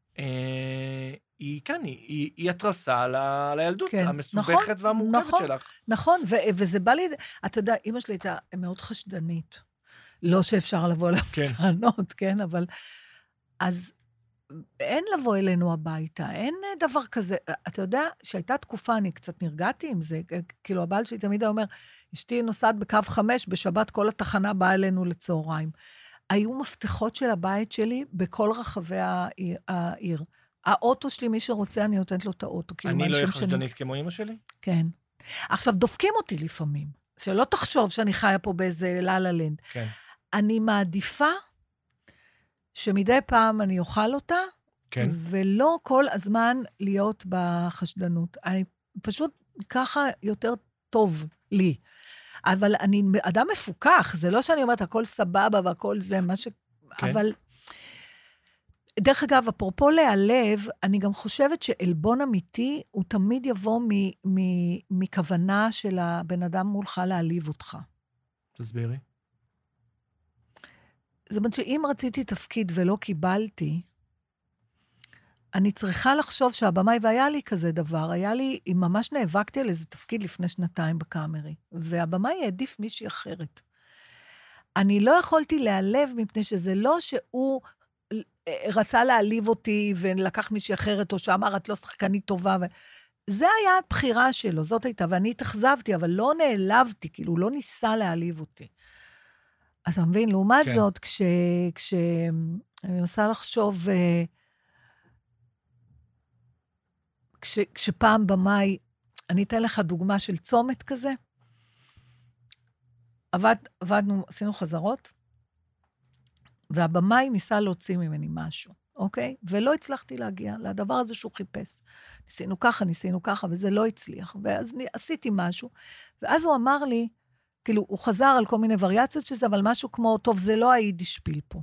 Speaker 2: היא, כן, היא התרסה לילדות המסובכת והמורכבת שלך.
Speaker 3: נכון, וזה בא לי, אתה יודע, אמא שלי הייתה מאוד חשדנית. לא שאפשר לבוא לטענות, כן, אבל אז אין לבוא אלינו הביתה, אין דבר כזה. אתה יודע שהייתה תקופה, אני קצת נרגעתי עם זה, כאילו הבעל שלי תמיד אומר, אשתי נוסעת בקו חמש, בשבת כל התחנה באה אלינו לצהריים. היו מפתחות של הבית שלי בכל רחבי העיר. האוטו שלי, מי שרוצה, אני נותנת לו את האוטו.
Speaker 2: אני לא חשדנית כמו אמא שלי?
Speaker 3: כן. עכשיו, דופקים אותי לפעמים, שלא תחשוב שאני חיה פה באיזה ללה-לנד.
Speaker 2: כן.
Speaker 3: אני מעדיפה שמדי פעם אני אוכל אותה,
Speaker 2: כן.
Speaker 3: ולא כל הזמן להיות בחשדנות. אני פשוט ככה יותר טוב לי. אבל אני אדם מפוקח, זה לא שאני אומרת, הכל סבבה והכל זה, מה ש...
Speaker 2: כן.
Speaker 3: אבל... דרך אגב, אפרופו להיעלב, אני גם חושבת שאלבון אמיתי, הוא תמיד יבוא מ- מ- מכוונה של הבן אדם מולך להעליב אותך.
Speaker 2: תסבירי.
Speaker 3: זאת אומרת שאם רציתי תפקיד ולא קיבלתי, אני צריכה לחשוב שהבמאי, והיה לי כזה דבר, היה לי, אם ממש נאבקתי על איזה תפקיד לפני שנתיים בקאמרי, והבמאי העדיף מישהי אחרת. אני לא יכולתי להיעלב מפני שזה לא שהוא רצה להעליב אותי ולקח מישהי אחרת, או שאמר, את לא שחקנית טובה. ו... זה היה הבחירה שלו, זאת הייתה, ואני התאכזבתי, אבל לא נעלבתי, כאילו, הוא לא ניסה להעליב אותי. אתה מבין, לעומת
Speaker 2: כן.
Speaker 3: זאת, כש... כש... אני מנסה לחשוב, כש... כשפעם במאי, אני אתן לך דוגמה של צומת כזה, עבד, עבדנו, עשינו חזרות, והבמאי ניסה להוציא ממני משהו, אוקיי? ולא הצלחתי להגיע לדבר הזה שהוא חיפש. ניסינו ככה, ניסינו ככה, וזה לא הצליח. ואז עשיתי משהו, ואז הוא אמר לי, כאילו, הוא חזר על כל מיני וריאציות שזה, אבל משהו כמו, טוב, זה לא היידיש שפיל פה.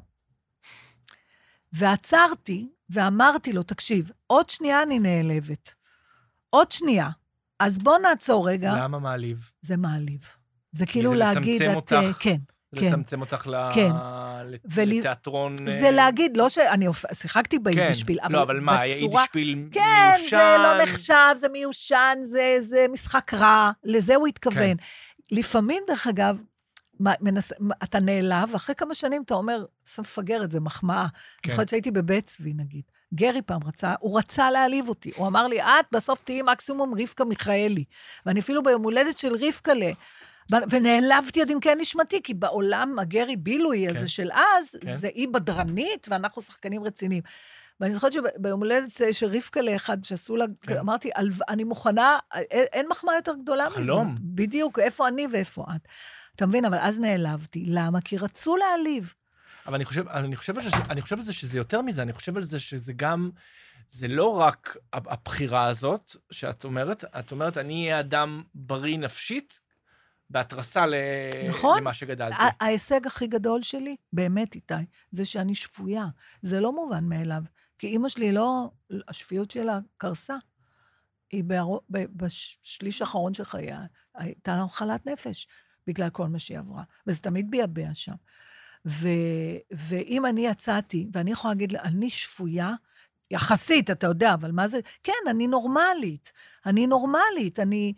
Speaker 3: ועצרתי, ואמרתי לו, תקשיב, עוד שנייה אני נעלבת. עוד שנייה. אז בוא נעצור רגע.
Speaker 2: למה מעליב?
Speaker 3: זה מעליב. זה כאילו
Speaker 2: זה
Speaker 3: להגיד,
Speaker 2: לצמצם
Speaker 3: את,
Speaker 2: אותך.
Speaker 3: כן.
Speaker 2: לצמצם אותך
Speaker 3: כן.
Speaker 2: לתיאטרון...
Speaker 3: זה להגיד, לא שאני שיחקתי ביידיש שפיל,
Speaker 2: אבל לא, אבל מה, היידיש שפיל מיושן?
Speaker 3: כן, זה לא נחשב, זה מיושן, זה משחק רע, לזה הוא התכוון. לפעמים, דרך אגב, אתה נעלב, ואחרי כמה שנים אתה אומר, מפגרת, זה מחמאה. אני זוכרת שהייתי בבית צבי, נגיד. גרי פעם רצה, הוא רצה להעליב אותי. הוא אמר לי, את בסוף תהיי מקסימום רבקה מיכאלי. ואני אפילו ביום הולדת של רבקה לה, ונעלבתי עד אם כן נשמתי, כי בעולם הגרי בילוי הזה של אז, זה אי בדרנית, ואנחנו שחקנים רציניים. ואני זוכרת שביום הולדת של רבקה לאחד, שעשו לה, אמרתי, אני מוכנה, אין מחמאה יותר גדולה מזה.
Speaker 2: חלום.
Speaker 3: בדיוק, איפה אני ואיפה את. אתה מבין, אבל אז נעלבתי. למה? כי רצו להעליב.
Speaker 2: אבל אני חושב, אני חושב, אני חושב על זה שזה יותר מזה, אני חושב על זה שזה גם, זה לא רק הבחירה הזאת, שאת אומרת, את אומרת, אני אהיה אדם בריא נפשית, בהתרסה
Speaker 3: נכון?
Speaker 2: למה שגדלתי.
Speaker 3: ההישג הכי גדול שלי, באמת איתי, זה שאני שפויה. זה לא מובן מאליו. כי אמא שלי לא, השפיות שלה קרסה. היא בשליש האחרון של חייה, הייתה לה חלת נפש, בגלל כל מה שהיא עברה. וזה תמיד ביבע שם. ו, ואם אני יצאתי, ואני יכולה להגיד, אני שפויה, יחסית, אתה יודע, אבל מה זה? כן, אני נורמלית. אני נורמלית, אני...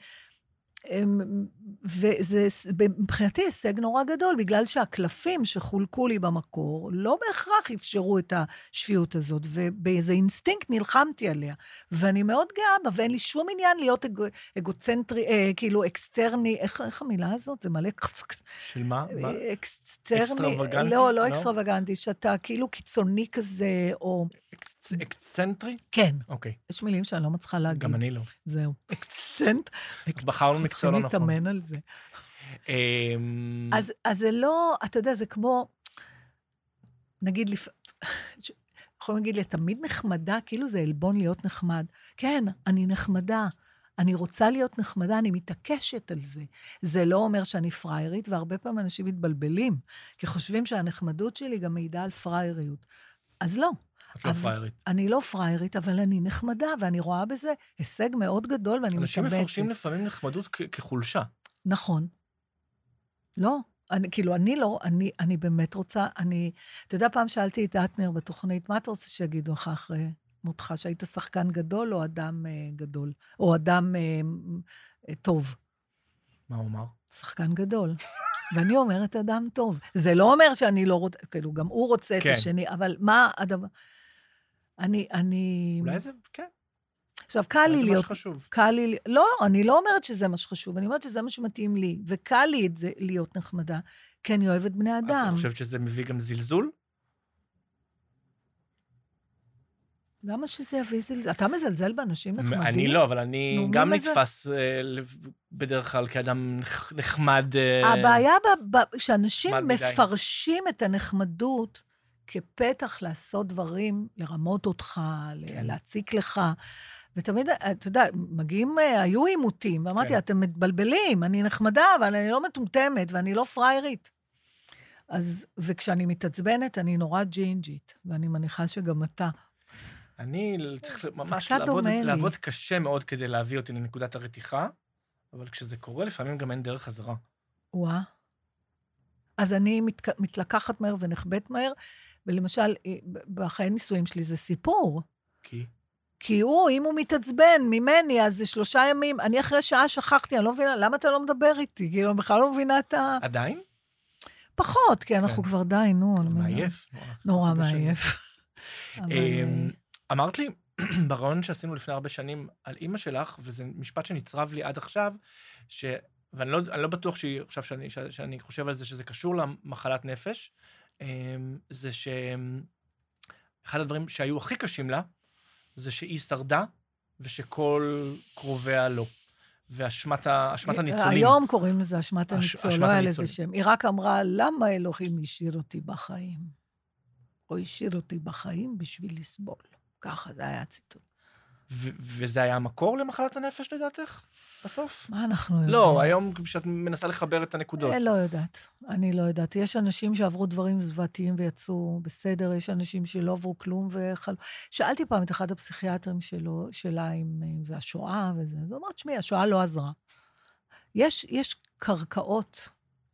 Speaker 3: וזה מבחינתי הישג נורא גדול, בגלל שהקלפים שחולקו לי במקור, לא בהכרח אפשרו את השפיות הזאת, ובאיזה אינסטינקט נלחמתי עליה, ואני מאוד גאה בה, ואין לי שום עניין להיות אג... אגוצנטרי, אה, כאילו אקסטרני, איך, איך המילה הזאת? זה מלא...
Speaker 2: של מה?
Speaker 3: אקסטרני,
Speaker 2: אקסטרווגנטי?
Speaker 3: לא, לא אקסטרווגנטי, שאתה כאילו קיצוני כזה, או...
Speaker 2: אקסצנטרי?
Speaker 3: כן.
Speaker 2: אוקיי.
Speaker 3: יש מילים שאני לא מצליחה להגיד.
Speaker 2: גם אני לא.
Speaker 3: זהו. אקסצנט.
Speaker 2: בחרנו מקצוע לא נכון.
Speaker 3: צריכים להתאמן על זה. אז, אז זה לא, אתה יודע, זה כמו, נגיד, יכולים להגיד לי, תמיד נחמדה, כאילו זה אלבון להיות נחמד. כן, אני נחמדה. אני רוצה להיות נחמדה, אני מתעקשת על זה. זה לא אומר שאני פריירית, והרבה פעמים אנשים מתבלבלים, כי חושבים שהנחמדות שלי גם מעידה על פרייריות. אז לא.
Speaker 2: את לא פריירית.
Speaker 3: אני לא פריירית, אבל אני נחמדה, ואני רואה בזה הישג מאוד גדול, ואני מתאבצת.
Speaker 2: אנשים מפרשים לפעמים נחמדות כחולשה.
Speaker 3: נכון. לא. אני, כאילו, אני לא, אני, אני באמת רוצה, אני, אתה יודע, פעם שאלתי את אטנר בתוכנית, מה אתה רוצה שיגידו לך אחרי מותך, שהיית שחקן גדול או אדם אה, גדול, או אדם אה, אה, טוב?
Speaker 2: מה הוא אמר?
Speaker 3: שחקן גדול. ואני אומרת אדם טוב. זה לא אומר שאני לא רוצה, כאילו, גם הוא רוצה כן. את השני, אבל מה הדבר... אני, אני...
Speaker 2: אולי זה, כן.
Speaker 3: עכשיו, קל לי להיות...
Speaker 2: זה מה שחשוב.
Speaker 3: קל לי... לא, אני לא אומרת שזה מה שחשוב, אני אומרת שזה מה שמתאים לי, וקל לי את זה להיות נחמדה, כי אני אוהבת בני אדם.
Speaker 2: את חושבת שזה מביא גם זלזול?
Speaker 3: למה שזה יביא זלזל? אתה מזלזל באנשים נחמדים?
Speaker 2: אני לא, אבל אני גם נתפס בדרך כלל כאדם נחמד.
Speaker 3: הבעיה שאנשים מפרשים את הנחמדות כפתח לעשות דברים, לרמות אותך, להציק לך, ותמיד, אתה יודע, מגיעים, היו עימותים, ואמרתי,
Speaker 2: כן.
Speaker 3: אתם מתבלבלים, אני נחמדה, אבל אני לא מטומטמת, ואני לא פריירית. אז, וכשאני מתעצבנת, אני נורא ג'ינג'ית, ואני מניחה שגם אתה.
Speaker 2: אני צריך ממש לעבוד,
Speaker 3: לי.
Speaker 2: לעבוד קשה מאוד כדי להביא אותי לנקודת הרתיחה, אבל כשזה קורה, לפעמים גם אין דרך חזרה.
Speaker 3: וואה. אז אני מת, מתלקחת מהר ונחבאת מהר, ולמשל, בחיי נישואים שלי זה סיפור.
Speaker 2: כי?
Speaker 3: כי הוא, אם הוא מתעצבן ממני, אז זה שלושה ימים, אני אחרי שעה שכחתי, אני לא מבינה, למה אתה לא מדבר איתי? כאילו, אני בכלל לא מבינה את ה...
Speaker 2: עדיין?
Speaker 3: פחות, כי אנחנו כבר די, נו.
Speaker 2: מעייף.
Speaker 3: נורא מעייף.
Speaker 2: אמרת לי, ברעיון שעשינו לפני הרבה שנים על אמא שלך, וזה משפט שנצרב לי עד עכשיו, ש... ואני לא, אני לא בטוח שהיא, עכשיו שאני, שאני חושב על זה, שזה קשור למחלת נפש, זה שאחד הדברים שהיו הכי קשים לה, זה שהיא שרדה, ושכל קרוביה לא. ואשמת הניצולים.
Speaker 3: היום קוראים לזה אשמת הניצול, לא היה לזה שם. היא רק אמרה, למה אלוהים השאיר אותי בחיים? או השאיר אותי בחיים בשביל לסבול. ככה, זה היה הציטוט.
Speaker 2: וזה היה המקור למחלת הנפש, לדעתך, בסוף?
Speaker 3: מה אנחנו יודעים?
Speaker 2: לא, היום כשאת מנסה לחבר את הנקודות.
Speaker 3: לא יודעת, אני לא יודעת. יש אנשים שעברו דברים זוועתיים ויצאו בסדר, יש אנשים שלא עברו כלום וחלו. שאלתי פעם את אחד הפסיכיאטרים שלו, שלה אם, אם זה השואה וזה, אז הוא אמר, תשמעי, השואה לא עזרה. יש, יש קרקעות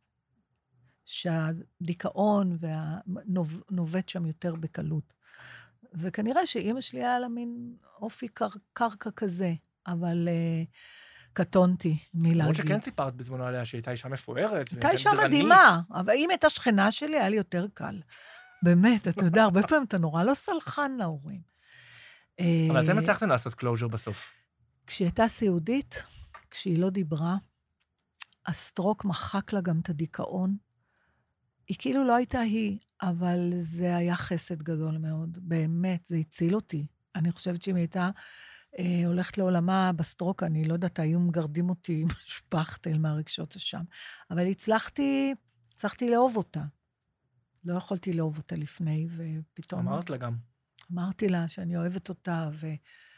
Speaker 3: שהדיכאון והנובט שם יותר בקלות. וכנראה שאימא שלי היה לה מין אופי קר, קרקע כזה, אבל uh, קטונתי מלהגיד.
Speaker 2: למרות שכן סיפרת בזמנו עליה שהייתה אישה מפוארת.
Speaker 3: הייתה אישה מדהימה, אבל אם הייתה שכנה שלי, היה לי יותר קל. באמת, אתה יודע, הרבה פעמים אתה נורא לא סלחן להורים.
Speaker 2: אבל אתם הצלחתם לעשות קלוז'ר בסוף.
Speaker 3: כשהיא הייתה סיעודית, כשהיא לא דיברה, הסטרוק מחק לה גם את הדיכאון. היא כאילו לא הייתה היא, אבל זה היה חסד גדול מאוד. באמת, זה הציל אותי. אני חושבת שאם היא הייתה אה, הולכת לעולמה בסטרוק, אני לא יודעת, היו מגרדים אותי עם שפכתל מהרגשות השם. אבל הצלחתי, הצלחתי לאהוב אותה. לא יכולתי לאהוב אותה לפני, ופתאום...
Speaker 2: אמרת לה גם.
Speaker 3: אמרתי לה שאני אוהבת אותה, ו...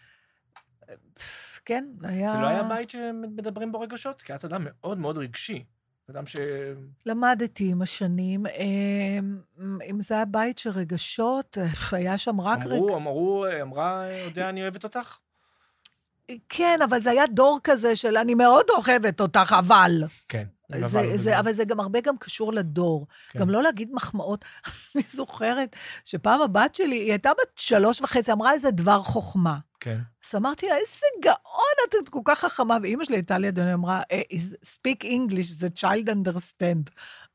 Speaker 3: כן, היה...
Speaker 2: זה לא היה בית שמדברים בו רגשות? כי את אדם מאוד מאוד רגשי. אדם ש...
Speaker 3: למדתי עם השנים, אם זה היה בית של רגשות, היה שם רק...
Speaker 2: אמרו, אמרו, אמרה, יודע, אני אוהבת אותך?
Speaker 3: כן, אבל זה היה דור כזה של אני מאוד אוהבת אותך, אבל...
Speaker 2: כן.
Speaker 3: זה, זה, אבל זה גם הרבה גם קשור לדור. כן. גם לא להגיד מחמאות. אני זוכרת שפעם הבת שלי, היא הייתה בת שלוש וחצי, אמרה איזה דבר חוכמה.
Speaker 2: כן.
Speaker 3: אז אמרתי לה, איזה גאון, את כל כך חכמה, ואמא שלי הייתה לי, אדוני, אמרה, speak English, the child understand.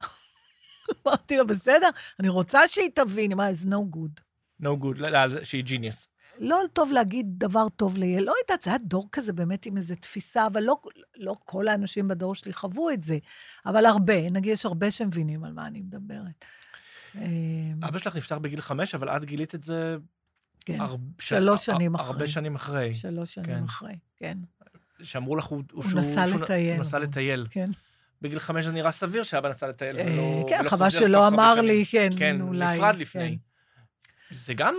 Speaker 3: אמרתי לה, בסדר, אני רוצה שהיא תבין, היא אמרה, it's no good.
Speaker 2: no good, שהיא genius.
Speaker 3: לא טוב להגיד דבר טוב לילד, לא יודעת, זה היה דור כזה באמת עם איזו תפיסה, אבל לא, לא כל האנשים בדור שלי חוו את זה, אבל הרבה, נגיד, יש הרבה שמבינים על מה אני מדברת.
Speaker 2: אבא שלך נפטר בגיל חמש, אבל את גילית את זה...
Speaker 3: כן,
Speaker 2: הרבה,
Speaker 3: שלוש שנים אחרי.
Speaker 2: הרבה שנים אחרי.
Speaker 3: שלוש שנים
Speaker 2: כן.
Speaker 3: אחרי, כן.
Speaker 2: שאמרו לך, הוא,
Speaker 3: הוא
Speaker 2: שהוא,
Speaker 3: נסע
Speaker 2: שהוא,
Speaker 3: לטייל.
Speaker 2: הוא נסע לטייל.
Speaker 3: כן.
Speaker 2: בגיל חמש זה נראה סביר שאבא נסע לטייל. ולא,
Speaker 3: כן,
Speaker 2: ולא
Speaker 3: חבל
Speaker 2: חוזר
Speaker 3: שלא
Speaker 2: תוך
Speaker 3: אמר
Speaker 2: חמש
Speaker 3: לי, כן,
Speaker 2: כן,
Speaker 3: אולי.
Speaker 2: נפרד לפני.
Speaker 3: כן.
Speaker 2: זה גם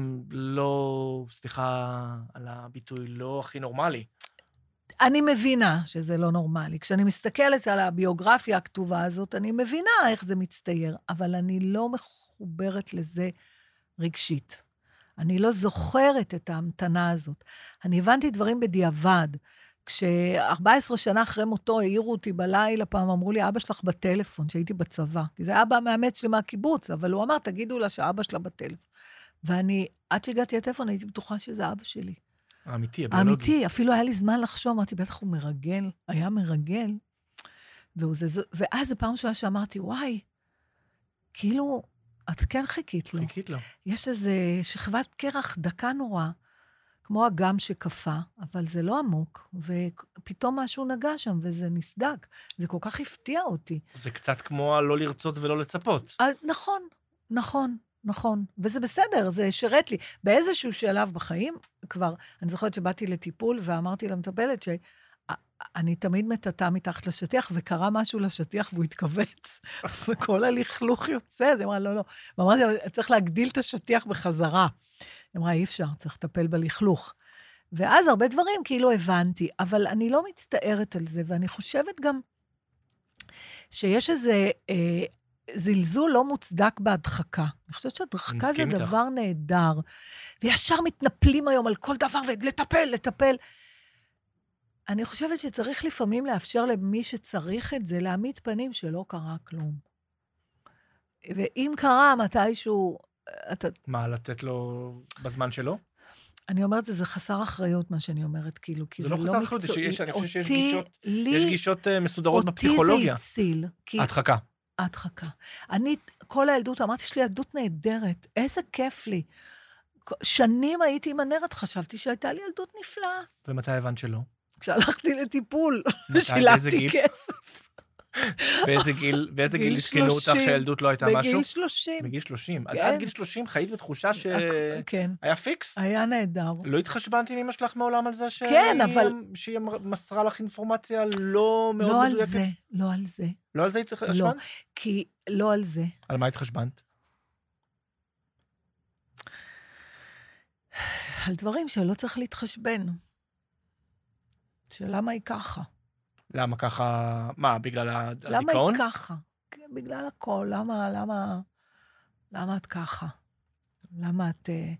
Speaker 2: לא, סליחה על הביטוי, לא הכי נורמלי.
Speaker 3: אני מבינה שזה לא נורמלי. כשאני מסתכלת על הביוגרפיה הכתובה הזאת, אני מבינה איך זה מצטייר, אבל אני לא מחוברת לזה רגשית. אני לא זוכרת את ההמתנה הזאת. אני הבנתי דברים בדיעבד. כש-ארבע עשרה שנה אחרי מותו העירו אותי בלילה, פעם אמרו לי, אבא שלך בטלפון, שהייתי בצבא. כי זה אבא מאמץ שלי מהקיבוץ, אבל הוא אמר, תגידו לה שאבא שלה בטלפון. ואני, עד שהגעתי לטלפון, הייתי בטוחה שזה אבא שלי.
Speaker 2: האמיתי, הביולוגי.
Speaker 3: האמיתי, אפילו היה לי זמן לחשוב, אמרתי, בטח הוא מרגל, היה מרגל. וזה, ואז זה פעם שעה שאמרתי, וואי, כאילו, את כן חיכית לו.
Speaker 2: חיכית לו.
Speaker 3: יש איזו שכבת קרח דקה נורא, כמו אגם שקפה, אבל זה לא עמוק, ופתאום משהו נגע שם, וזה נסדק. זה כל כך הפתיע אותי.
Speaker 2: זה קצת כמו לא לרצות ולא לצפות.
Speaker 3: נכון, נכון, נכון. וזה בסדר, זה שרת לי. באיזשהו שלב בחיים, כבר, אני זוכרת שבאתי לטיפול, ואמרתי למטפלת אני תמיד מטאטה מתחת לשטיח, וקרה משהו לשטיח והוא התכווץ, וכל הלכלוך יוצא, אז היא אמרה, לא, לא. ואמרתי, צריך להגדיל את השטיח בחזרה. היא אמרה, אי אפשר, צריך לטפל בלכלוך. ואז הרבה דברים כאילו הבנתי, אבל אני לא מצטערת על זה, ואני חושבת גם שיש איזה אה, זלזול לא מוצדק בהדחקה. אני חושבת שהדחקה זה איתך. דבר נהדר, וישר מתנפלים היום על כל דבר, ולטפל, לטפל. אני חושבת שצריך לפעמים לאפשר למי שצריך את זה, להעמיד פנים שלא קרה כלום. ואם קרה מתישהו... אתה...
Speaker 2: מה, לתת לו בזמן שלו?
Speaker 3: אני אומרת, זה חסר אחריות, מה שאני אומרת, כאילו, כי זה, זה לא מקצועי. זה לא חסר אחריות,
Speaker 2: שיש, אני חושב שיש גישות, לי, יש גישות מסודרות בפסיכולוגיה.
Speaker 3: אותי זה הציל. כי...
Speaker 2: הדחקה.
Speaker 3: הדחקה. אני, כל הילדות, אמרתי, יש לי ילדות נהדרת, איזה כיף לי. שנים הייתי עם הנרת, חשבתי שהייתה לי ילדות נפלאה.
Speaker 2: ומתי הבנת שלא?
Speaker 3: כשהלכתי לטיפול, שילמתי כסף.
Speaker 2: באיזה גיל, באיזה גיל השכילו אותך שהילדות לא הייתה משהו?
Speaker 3: בגיל שלושים.
Speaker 2: בגיל שלושים. אז עד גיל שלושים חיית בתחושה שהיה פיקס?
Speaker 3: היה נהדר.
Speaker 2: לא התחשבנתי עם אמא שלך מעולם על זה שהיא מסרה לך אינפורמציה לא מאוד מדויקת?
Speaker 3: לא על זה, לא על זה.
Speaker 2: לא על זה התחשבנת?
Speaker 3: לא, כי לא על זה.
Speaker 2: על מה התחשבנת?
Speaker 3: על דברים שלא צריך להתחשבן. שלמה היא ככה?
Speaker 2: למה ככה? מה, בגלל הדיכאון?
Speaker 3: למה היא ככה? כן, בגלל הכל. למה, למה, למה את ככה? למה את uh,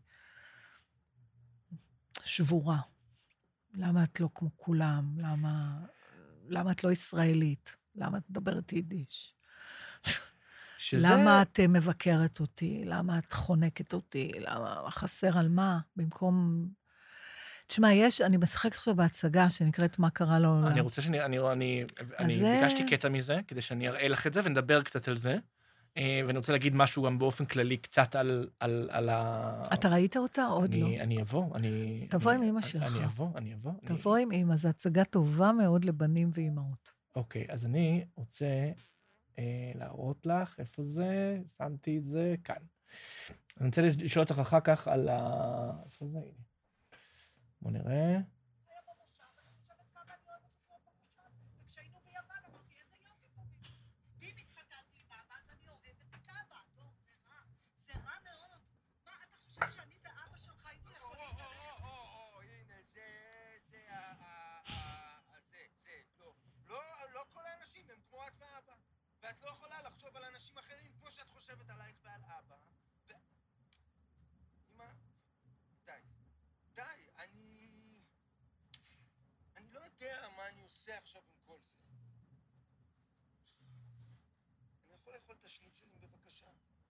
Speaker 3: שבורה? למה את לא כמו כולם? למה, למה את לא ישראלית? למה את מדברת יידיש? שזה... למה את uh, מבקרת אותי? למה את חונקת אותי? למה חסר על מה? במקום... תשמע, יש, אני משחק עכשיו בהצגה שנקראת מה קרה לעולם.
Speaker 2: אני רוצה שאני, אני, אני, אני ביקשתי קטע מזה, כדי שאני אראה לך את זה, ונדבר קצת על זה, ואני רוצה להגיד משהו גם באופן כללי, קצת על, על, על ה...
Speaker 3: אתה ראית אותה? עוד
Speaker 2: אני,
Speaker 3: לא.
Speaker 2: אני אבוא, אני...
Speaker 3: תבוא
Speaker 2: אני,
Speaker 3: עם אמא שלך.
Speaker 2: אני אבוא, אני אבוא.
Speaker 3: תבוא
Speaker 2: אני...
Speaker 3: עם אמא, זו הצגה טובה מאוד לבנים ואימהות.
Speaker 2: אוקיי, אז אני רוצה אה, להראות לך איפה זה, שמתי את זה כאן. אני רוצה לשאול אותך אחר כך על ה... איפה זה? בוא נראה.
Speaker 4: ואת לא יכולה לחשוב על אנשים אחרים כמו שאת חושבת עלייך ועל אבא. אמא, די. די, אני... אני לא יודע מה אני עושה עכשיו עם כל זה. אני יכול לאכול את השניצלים בבקשה?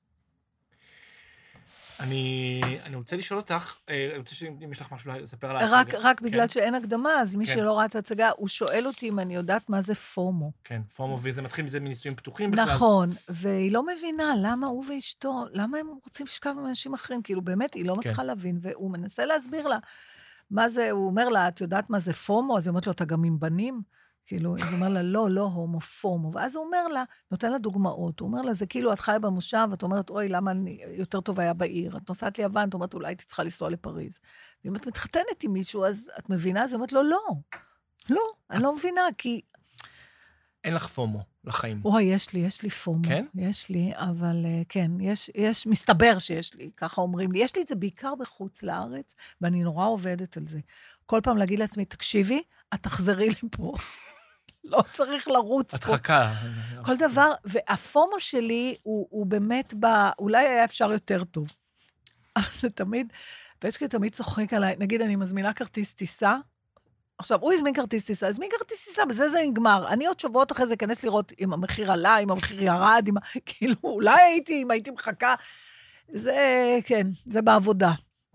Speaker 2: אני, אני רוצה לשאול אותך, אני רוצה שאם יש לך משהו לספר על
Speaker 3: ההצגה. רק, רק בגלל שאין הקדמה, אז מי שלא ראה את ההצגה, הוא שואל אותי אם אני יודעת מה זה פומו.
Speaker 2: כן, פומו, וזה מתחיל מזה מניסויים פתוחים בכלל.
Speaker 3: נכון, והיא לא מבינה למה הוא ואשתו, למה הם רוצים לשכב עם אנשים אחרים, כאילו באמת היא לא מצליחה להבין, והוא מנסה להסביר לה מה זה, הוא אומר לה, את יודעת מה זה פומו? אז היא אומרת לו, אתה גם עם בנים? כאילו, אז הוא אומר לה, לא, לא, הומופומו. ואז הוא אומר לה, נותן לה דוגמאות, הוא אומר לה, זה כאילו, את חיה במושב, ואת אומרת, אוי, למה אני יותר טוב היה בעיר? את נוסעת ליוון, את אומרת, אולי הייתי צריכה לנסוע לפריז. ואם את מתחתנת עם מישהו, אז את מבינה? אז היא אומרת לו, לא, לא, אני לא מבינה, כי...
Speaker 2: אין לך פומו לחיים.
Speaker 3: אוי, יש לי, יש לי פומו.
Speaker 2: כן?
Speaker 3: יש לי, אבל כן, יש, יש, מסתבר שיש לי, ככה אומרים לי. יש לי את זה בעיקר בחוץ לארץ, ואני נורא עובדת על זה. כל פעם להגיד לעצמי, תקשיבי, את תחזרי לפה. לא צריך לרוץ פה.
Speaker 2: הדחקה.
Speaker 3: כל דבר, והפומו שלי הוא, הוא באמת בא, אולי היה אפשר יותר טוב. אבל זה תמיד, פשקי תמיד צוחק עליי, נגיד אני מזמינה כרטיס טיסה, עכשיו, הוא הזמין כרטיס טיסה, הזמין כרטיס טיסה, בזה זה נגמר. אני עוד שבועות אחרי זה אכנס לראות אם המחיר עלה, אם המחיר ירד, אם... כאילו, אולי הייתי, אם הייתי מחכה. זה, כן, זה בעבודה.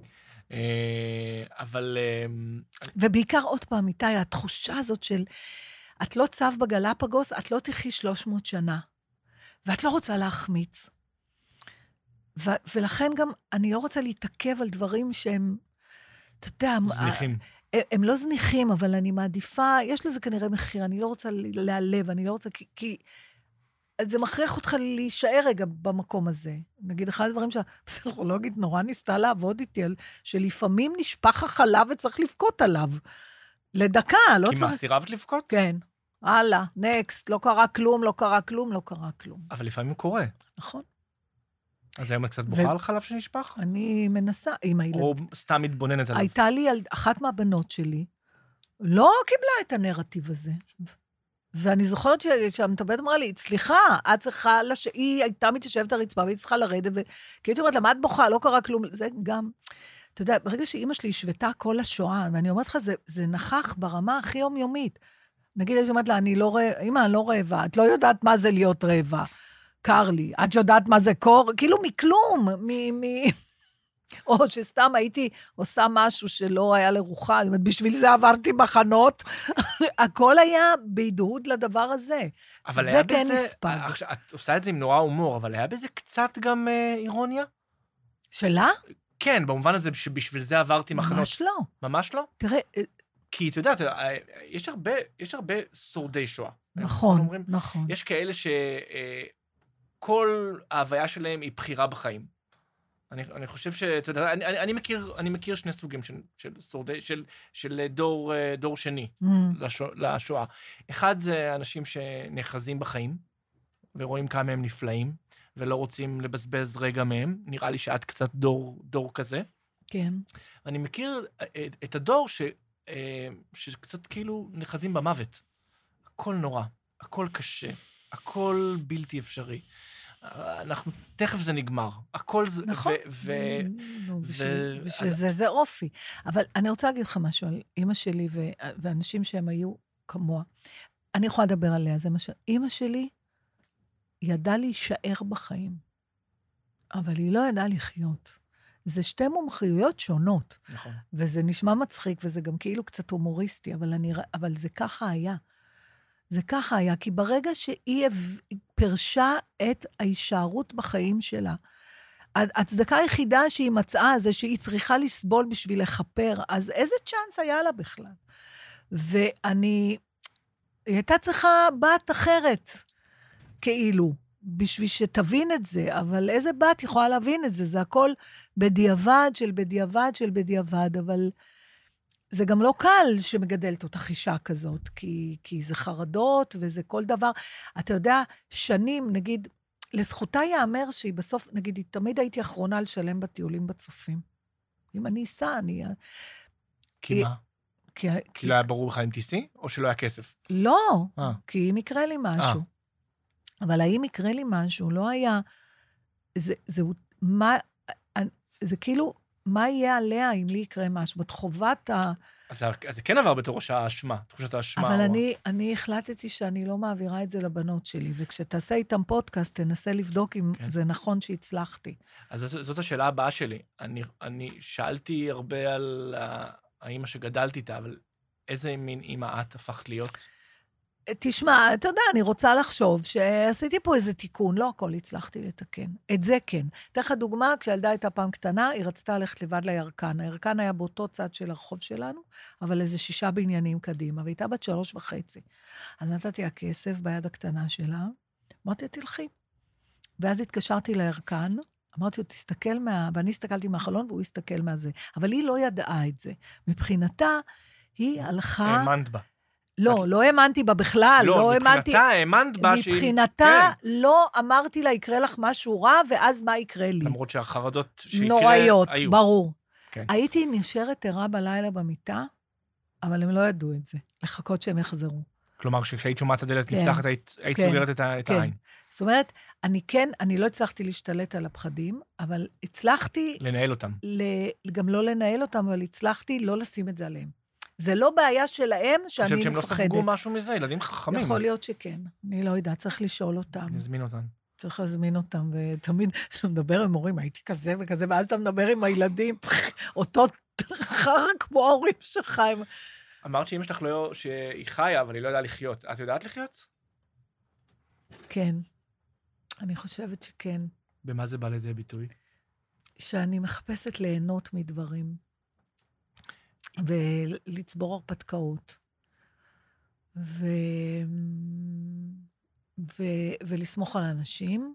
Speaker 2: אבל...
Speaker 3: ובעיקר עוד פעם, איתי, התחושה הזאת של, את לא צב בגלפגוס, את לא תחי שלוש מאות שנה, ואת לא רוצה להחמיץ. ו- ולכן גם, אני לא רוצה להתעכב על דברים שהם, אתה יודע...
Speaker 2: זניחים.
Speaker 3: הם לא זניחים, אבל אני מעדיפה, יש לזה כנראה מחיר, אני לא רוצה להיעלב, אני לא רוצה, כי, כי זה מכריח אותך להישאר רגע במקום הזה. נגיד, אחד הדברים שהפסיכולוגית נורא ניסתה לעבוד איתי, שלפעמים נשפח החלב וצריך לבכות עליו. לדקה, לא
Speaker 2: כי
Speaker 3: צריך...
Speaker 2: מה, סירבת לבכות?
Speaker 3: כן. הלאה, נקסט, לא קרה כלום, לא קרה כלום, לא קרה כלום.
Speaker 2: אבל לפעמים קורה.
Speaker 3: נכון.
Speaker 2: אז היום את קצת בוכה על חלב שנשפך?
Speaker 3: אני מנסה, עם הילד.
Speaker 2: או סתם מתבוננת עליו?
Speaker 3: הייתה לי אחת מהבנות שלי, לא קיבלה את הנרטיב הזה. ואני זוכרת שהמטפלת אמרה לי, סליחה, את צריכה, לש... היא הייתה מתיישבת הרצפה, והיא צריכה לרדת, וכי הייתי אומרת, למה את בוכה? לא קרה כלום. זה גם, אתה יודע, ברגע שאימא שלי השוותה כל השואה, ואני אומרת לך, זה, זה נכח ברמה הכי יומיומית. נגיד, אני אומרת לה, אני לא רעבה, אמא, אני לא רעבה, את לא יודעת מה זה להיות רעבה. קר לי, את יודעת מה זה קור? כאילו מכלום, מ... מ... או שסתם הייתי עושה משהו שלא היה לרוחה, זאת אומרת, בשביל זה עברתי מחנות, הכל היה בהדהוד לדבר הזה. זה כן נספג.
Speaker 2: את עושה את זה עם נורא הומור, אבל היה בזה קצת גם אה, אירוניה?
Speaker 3: שלה?
Speaker 2: כן, במובן הזה שבשביל זה עברתי מחנות.
Speaker 3: ממש לא.
Speaker 2: ממש לא?
Speaker 3: תראה...
Speaker 2: כי אתה יודע, יש הרבה, יש הרבה שורדי שואה.
Speaker 3: נכון, נכון.
Speaker 2: יש כאלה שכל ההוויה שלהם היא בחירה בחיים. אני, אני חושב שאתה יודע, אני, אני, אני מכיר, אני מכיר שני סוגים של, של שורדי, של, של דור, דור שני mm. לשוע, לשואה. אחד זה אנשים שנחזים בחיים, ורואים כמה הם נפלאים, ולא רוצים לבזבז רגע מהם. נראה לי שאת קצת דור, דור כזה.
Speaker 3: כן.
Speaker 2: אני מכיר את הדור ש, שקצת כאילו נחזים במוות. הכל נורא, הכל קשה, הכל בלתי אפשרי. אנחנו, תכף זה נגמר. הכל זה...
Speaker 3: נכון. בשביל זה זה אופי. אבל אני רוצה להגיד לך משהו על אמא שלי ואנשים שהם היו כמוה. אני יכולה לדבר עליה, זה מה ש... אמא שלי ידעה להישאר בחיים, אבל היא לא ידעה לחיות. זה שתי מומחיויות שונות.
Speaker 2: נכון. וזה
Speaker 3: נשמע מצחיק, וזה גם כאילו קצת הומוריסטי, אבל, אני, אבל זה ככה היה. זה ככה היה, כי ברגע שהיא פרשה את ההישארות בחיים שלה, הצדקה היחידה שהיא מצאה זה שהיא צריכה לסבול בשביל לחפר, אז איזה צ'אנס היה לה בכלל? ואני, היא הייתה צריכה בת אחרת, כאילו, בשביל שתבין את זה, אבל איזה בת יכולה להבין את זה? זה הכל בדיעבד של בדיעבד של בדיעבד, אבל... זה גם לא קל שמגדלת אותה חישה כזאת, כי, כי זה חרדות וזה כל דבר. אתה יודע, שנים, נגיד, לזכותה יאמר שהיא בסוף, נגיד, היא תמיד הייתי אחרונה לשלם בטיולים בצופים. אם אני אסע, אני...
Speaker 2: כי
Speaker 3: היא,
Speaker 2: מה?
Speaker 3: כי,
Speaker 2: כי
Speaker 3: כי
Speaker 2: לא היה ברור לך אם תיסי, או שלא היה כסף?
Speaker 3: לא,
Speaker 2: 아.
Speaker 3: כי אם יקרה לי משהו. 아. אבל האם יקרה לי משהו, לא היה... זה, זה, מה, זה כאילו... מה יהיה עליה אם לי יקרה משהו? את חובת ה...
Speaker 2: אז, אז זה כן עבר בתור האשמה, תחושת האשמה.
Speaker 3: אבל
Speaker 2: או...
Speaker 3: אני, אני החלטתי שאני לא מעבירה את זה לבנות שלי, וכשתעשה איתם פודקאסט, תנסה לבדוק אם כן. זה נכון שהצלחתי.
Speaker 2: אז זאת, זאת השאלה הבאה שלי. אני, אני שאלתי הרבה על האמא שגדלתי איתה, אבל איזה מין אמא את הפכת להיות?
Speaker 3: תשמע, אתה יודע, אני רוצה לחשוב שעשיתי פה איזה תיקון, לא הכל הצלחתי לתקן. את זה כן. אתן לך דוגמה, כשילדה הייתה פעם קטנה, היא רצתה ללכת לבד לירקן. הירקן היה באותו צד של הרחוב שלנו, אבל איזה שישה בניינים קדימה, והייתה בת שלוש וחצי. אז נתתי הכסף ביד הקטנה שלה, אמרתי, תלכי. ואז התקשרתי לירקן, אמרתי לו, תסתכל מה... ואני הסתכלתי מהחלון, והוא הסתכל מהזה. אבל היא לא ידעה את זה. מבחינתה, היא הלכה...
Speaker 2: האמנת בה.
Speaker 3: לא, לא האמנתי בה בכלל, לא האמנתי...
Speaker 2: לא, מבחינתה האמנת בה שהיא...
Speaker 3: מבחינתה לא אמרתי לה, יקרה לך משהו רע, ואז מה יקרה לי?
Speaker 2: למרות שהחרדות שיקרה
Speaker 3: נוראיות,
Speaker 2: היו.
Speaker 3: ברור. הייתי נשארת ערה בלילה במיטה, אבל הם לא ידעו את זה, לחכות שהם יחזרו.
Speaker 2: כלומר, כשהיית שומעת הדלת נפתחת, היית סוגרת את העין.
Speaker 3: זאת אומרת, אני כן, אני לא הצלחתי להשתלט על הפחדים, אבל הצלחתי...
Speaker 2: לנהל אותם.
Speaker 3: גם לא לנהל אותם, אבל הצלחתי לא לשים את זה עליהם. זה לא בעיה שלהם שאני מפחדת.
Speaker 2: חושבת שהם לא ספגו משהו מזה, ילדים חכמים.
Speaker 3: יכול להיות שכן, אני לא יודעת, צריך לשאול אותם.
Speaker 2: נזמין אותם.
Speaker 3: צריך להזמין אותם, ותמיד כשמדבר עם הורים, הייתי כזה וכזה, ואז אתה מדבר עם הילדים, אותו חר כמו ההורים שלך.
Speaker 2: אמרת שאמא שלך לא, שהיא חיה, אבל היא לא יודעה לחיות. את יודעת לחיות?
Speaker 3: כן, אני חושבת שכן.
Speaker 2: במה זה בא לידי ביטוי?
Speaker 3: שאני מחפשת ליהנות מדברים. ולצבור הרפתקאות, ו... ו... ולסמוך על אנשים,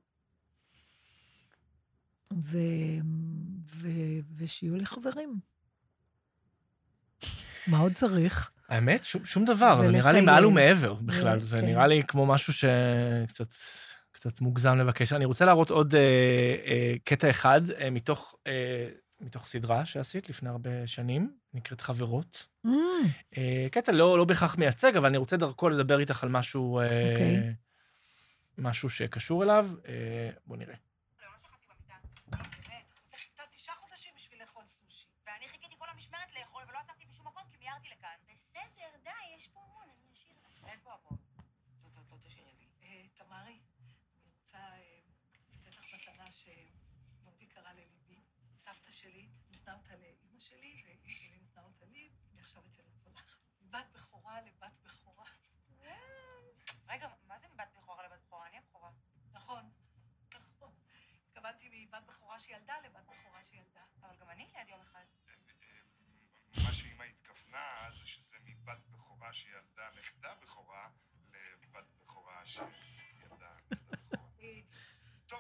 Speaker 3: ו... ו... ושיהיו לי חברים. מה עוד צריך?
Speaker 2: האמת, שום, שום דבר, זה נראה לי
Speaker 3: ולטייל.
Speaker 2: מעל ומעבר בכלל, זה
Speaker 3: כן.
Speaker 2: נראה לי כמו משהו שקצת קצת מוגזם לבקש. אני רוצה להראות עוד אה, אה, קטע אחד אה, מתוך, אה, מתוך סדרה שעשית לפני הרבה שנים, נקראת חברות.
Speaker 3: Mm,
Speaker 2: אה, קטע לא, לא בהכרח מייצג, אבל אני רוצה דרכו לדבר איתך על משהו, אה,
Speaker 3: אוקיי.
Speaker 2: משהו שקשור אליו. אה, בוא נראה.
Speaker 5: ואני חיכיתי כל המשמרת לאכול, ולא עצרתי בשום מקום, כי מיירתי לכאן. בסדר, די, יש פה המון, אני אשאיר לך. אין פה המון. לא, לא, לא תשאירי לי.
Speaker 3: תמרי, אני רוצה לתת לך מתנה שמאוד יקרה לליבי. סבתא שלי נתנה אותה לאמא שלי, ואמא שלי נתנה אותה לי, אני עכשיו אתן אותה לך. בת בכורה לבת בכורה.
Speaker 5: רגע, מה זה מבת בכורה לבת בכורה? אני הבכורה.
Speaker 3: נכון, נכון. התכוונתי מבת בכורה שילדה לבת בכורה שילדה.
Speaker 5: אבל גם אני ליד יום אחד.
Speaker 6: מה שאמא התכוונה זה שזה מבת בכורה שילדה נכדה בכורה לבת בכורה שילדה נכדה בכורה. טוב.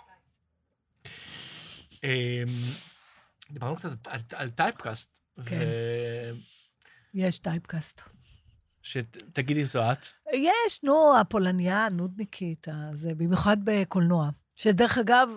Speaker 2: דיברנו קצת על, על טייפקאסט,
Speaker 3: כן. יש טייפקאסט.
Speaker 2: שתגידי אותו את.
Speaker 3: יש, נו, הפולניה, הנודניקית, זה במיוחד בקולנוע. שדרך אגב,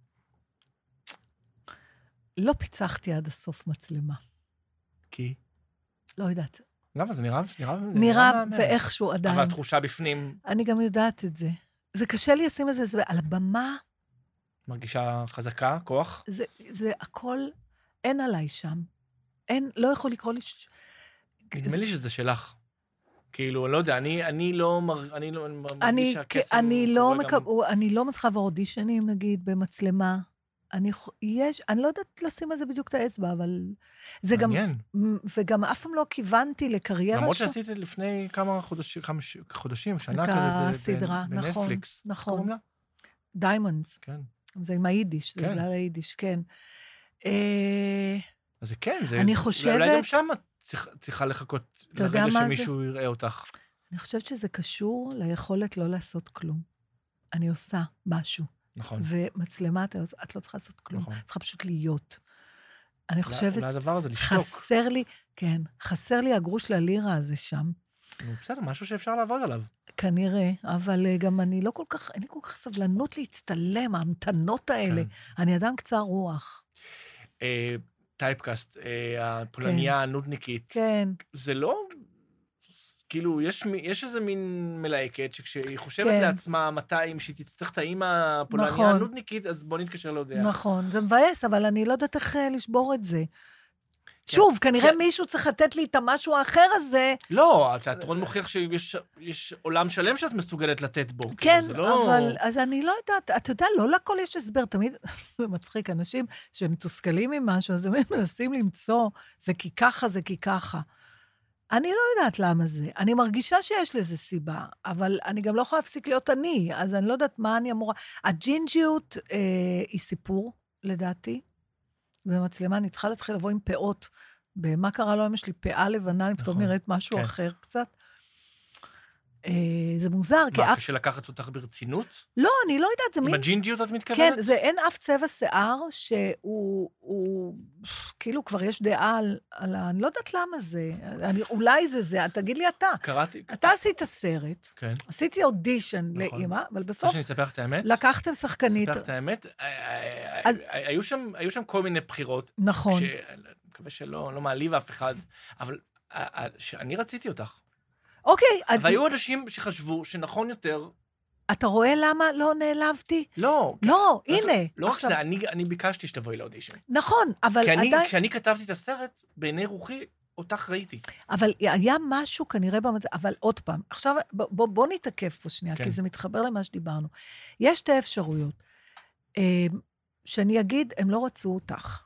Speaker 3: לא פיצחתי עד הסוף מצלמה.
Speaker 2: כי?
Speaker 3: לא יודעת.
Speaker 2: למה? זה נראה... נראה,
Speaker 3: נראה
Speaker 2: מאמן.
Speaker 3: ואיכשהו עדיין.
Speaker 2: אבל התחושה בפנים
Speaker 3: אני גם יודעת את זה. זה קשה לי לשים את זה, זה על הבמה,
Speaker 2: מרגישה חזקה, כוח.
Speaker 3: זה, זה הכל, אין עליי שם. אין, לא יכול לקרוא לי... ש...
Speaker 2: נדמה
Speaker 3: זה-
Speaker 2: לי שזה שלך. כאילו, אני לא יודע, אני, אני לא מר... אני לא מרגיש
Speaker 3: אני,
Speaker 2: שהקסם
Speaker 3: אני, לא
Speaker 2: קורה
Speaker 3: מקב...
Speaker 2: גם...
Speaker 3: אני לא מצליחה באודישנים, נגיד, במצלמה. אני, ח- יש, אני לא יודעת לשים על זה בדיוק את האצבע, אבל זה גם...
Speaker 2: מעניין.
Speaker 3: וגם אף פעם לא כיוונתי לקריירה
Speaker 2: למרות
Speaker 3: ש-
Speaker 2: שעשית את לפני כמה חודשים, כמה ש- חודשים, שנה
Speaker 3: את
Speaker 2: כזה, ב-
Speaker 3: הסדרה,
Speaker 2: ב-
Speaker 3: נכון,
Speaker 2: בנטפליקס. איך
Speaker 3: נכון.
Speaker 2: קוראים לה?
Speaker 3: דיימונדס.
Speaker 2: כן.
Speaker 3: זה עם היידיש, זה
Speaker 2: כן.
Speaker 3: בגלל היידיש, כן. אה,
Speaker 2: אז זה כן, זה...
Speaker 3: אני
Speaker 2: זה-
Speaker 3: חושבת-
Speaker 2: אולי גם שם את צריכה- צריכה לחכות
Speaker 3: אתה יודע
Speaker 2: לרגע
Speaker 3: מה זה?
Speaker 2: שמישהו יראה אותך.
Speaker 3: אני חושבת שזה קשור ליכולת לא לעשות כלום. אני עושה משהו,
Speaker 2: נכון.
Speaker 3: ומצלמה, את לא- את לא צריכה לעשות כלום.
Speaker 2: נכון.
Speaker 3: צריכה פשוט להיות. אני
Speaker 2: אולי-
Speaker 3: חושבת,
Speaker 2: אולי הדבר הזה לשתוק.
Speaker 3: חסר לי, כן, חסר לי הגרוש ללירה הזה שם.
Speaker 2: נו, בסדר, משהו שאפשר לעבוד עליו.
Speaker 3: כנראה, אבל אה, גם אני לא כל כך, אין לי כל כך סבלנות להצטלם, ההמתנות האלה.
Speaker 2: כן.
Speaker 3: אני אדם קצר רוח.
Speaker 2: אה, טייפקאסט, אה, הפולניה הנודניקית,
Speaker 3: כן,
Speaker 2: זה לא... כאילו, יש, מי- יש איזה מין מלהקת, שכשהיא חושבת
Speaker 3: כן.
Speaker 2: לעצמה מתי, אם שהיא תצטרך את האימא הפולניה
Speaker 3: נכון.
Speaker 2: הנודניקית, אז בוא נתקשר להודיע.
Speaker 3: נכון, זה מבאס, אבל אני לא יודעת איך אה, לשבור את זה. שוב, כנראה
Speaker 2: כן.
Speaker 3: מישהו צריך לתת לי את המשהו האחר הזה.
Speaker 2: לא, התיאטרון מוכיח שיש יש עולם שלם שאת מסוגלת לתת בו.
Speaker 3: כן,
Speaker 2: כאילו, זה לא...
Speaker 3: אבל אז אני לא יודעת, אתה יודע, לא לכל יש הסבר, תמיד, זה מצחיק, אנשים שהם מתוסכלים ממשהו, אז הם מנסים למצוא, זה כי ככה, זה כי ככה. אני לא יודעת למה זה. אני מרגישה שיש לזה סיבה, אבל אני גם לא יכולה להפסיק להיות אני, אז אני לא יודעת מה אני אמורה... הג'ינג'יות אה, היא סיפור, לדעתי, במצלמה אני צריכה להתחיל לבוא עם פאות. במה קרה לו, אמא שלי פאה לבנה, אני פתאום
Speaker 2: נכון,
Speaker 3: נראית משהו
Speaker 2: כן.
Speaker 3: אחר קצת. אה, זה מוזר, כי
Speaker 2: מה,
Speaker 3: אף...
Speaker 2: קשה לקחת אותך ברצינות?
Speaker 3: לא, אני לא יודעת, זה
Speaker 2: עם
Speaker 3: מין...
Speaker 2: הג'ינג'יות את מתכוונת?
Speaker 3: כן, זה אין אף צבע שיער שהוא, הוא, כאילו כבר יש דעה על, על ה... אני לא יודעת למה זה. אני, אולי זה זה, תגיד לי אתה.
Speaker 2: קראתי...
Speaker 3: אתה עשית סרט,
Speaker 2: כן.
Speaker 3: עשיתי אודישן
Speaker 2: נכון.
Speaker 3: לאמא, אבל
Speaker 2: רוצה
Speaker 3: בסוף
Speaker 2: שאני אספר לך את האמת?
Speaker 3: לקחתם שחקנית.
Speaker 2: אספר לך את האמת? אה, אה,
Speaker 3: אז-
Speaker 2: אה, היו שם- היו שם כל מיני בחירות,
Speaker 3: נכון.
Speaker 2: שאני מקווה שלא לא מעליב אף אחד, אבל אה, אה, שאני רציתי אותך.
Speaker 3: אוקיי,
Speaker 2: אבל
Speaker 3: את-
Speaker 2: היו אנשים שחשבו שנכון יותר,
Speaker 3: אתה רואה למה לא נעלבתי?
Speaker 2: לא.
Speaker 3: לא,
Speaker 2: לא,
Speaker 3: הנה.
Speaker 2: לא רק
Speaker 3: עכשיו-
Speaker 2: זה, אני אני ביקשתי שתבואי לאודישן.
Speaker 3: נכון, אבל
Speaker 2: כי אני,
Speaker 3: עדיין...
Speaker 2: כשאני כתבתי את הסרט, בעיני רוחי, אותך ראיתי.
Speaker 3: אבל היה משהו כנראה במצב, אבל עוד פעם, עכשיו בוא, בוא, בוא נתעכב פה שנייה,
Speaker 2: כן.
Speaker 3: כי זה מתחבר למה שדיברנו. יש שתי אפשרויות, אה, שאני אגיד, הם לא רצו אותך.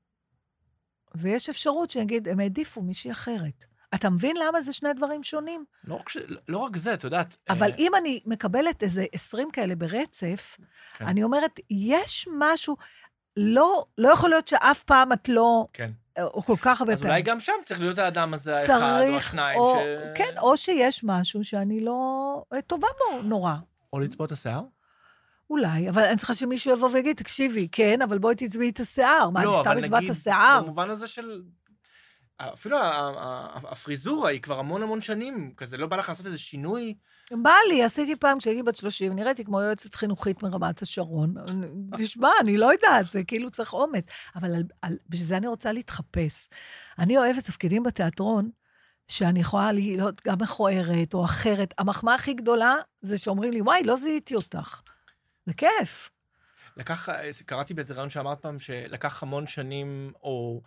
Speaker 3: ויש אפשרות שאני אגיד, הם העדיפו מישהי אחרת. אתה מבין למה זה שני דברים שונים?
Speaker 2: לא רק, ש... לא רק זה, את יודעת.
Speaker 3: אבל
Speaker 2: אה,
Speaker 3: אם אני מקבלת איזה עשרים כאלה ברצף,
Speaker 2: כן.
Speaker 3: אני אומרת, יש משהו, לא, לא יכול להיות שאף פעם את לא,
Speaker 2: כן.
Speaker 3: או כל כך הרבה
Speaker 2: אז
Speaker 3: פעמים.
Speaker 2: אולי גם שם צריך להיות האדם הזה, האחד או
Speaker 3: צריך,
Speaker 2: השניים,
Speaker 3: או,
Speaker 2: ש...
Speaker 3: כן, או שיש משהו שאני לא אה, טובה בו נורא.
Speaker 2: או לצבוע את השיער?
Speaker 3: אולי, אבל אני צריכה שמישהו יבוא ויגיד, תקשיבי, כן, אבל בואי תצבעי את השיער. מה,
Speaker 2: לא,
Speaker 3: אני סתם
Speaker 2: אבל
Speaker 3: אצבע את
Speaker 2: נגיד,
Speaker 3: השיער?
Speaker 2: במובן הזה של... אפילו ה- ה- הפריזורה היא כבר המון המון שנים, כזה לא בא לך לעשות איזה שינוי.
Speaker 3: בא לי, עשיתי פעם כשהייתי בת שלושים, נראיתי כמו יועצת חינוכית מרמת השרון. תשמע, אני לא יודעת, זה כאילו צריך אומץ. אבל על, על, בשביל זה אני רוצה להתחפש. אני אוהבת תפקידים בתיאטרון, שאני יכולה להיות גם מכוערת או אחרת. המחמאה הכי גדולה זה שאומרים לי, וואי, לא זיהיתי אותך. זה כיף.
Speaker 2: לקח, קראתי באיזה רעיון שאמרת פעם, שלקח המון שנים, או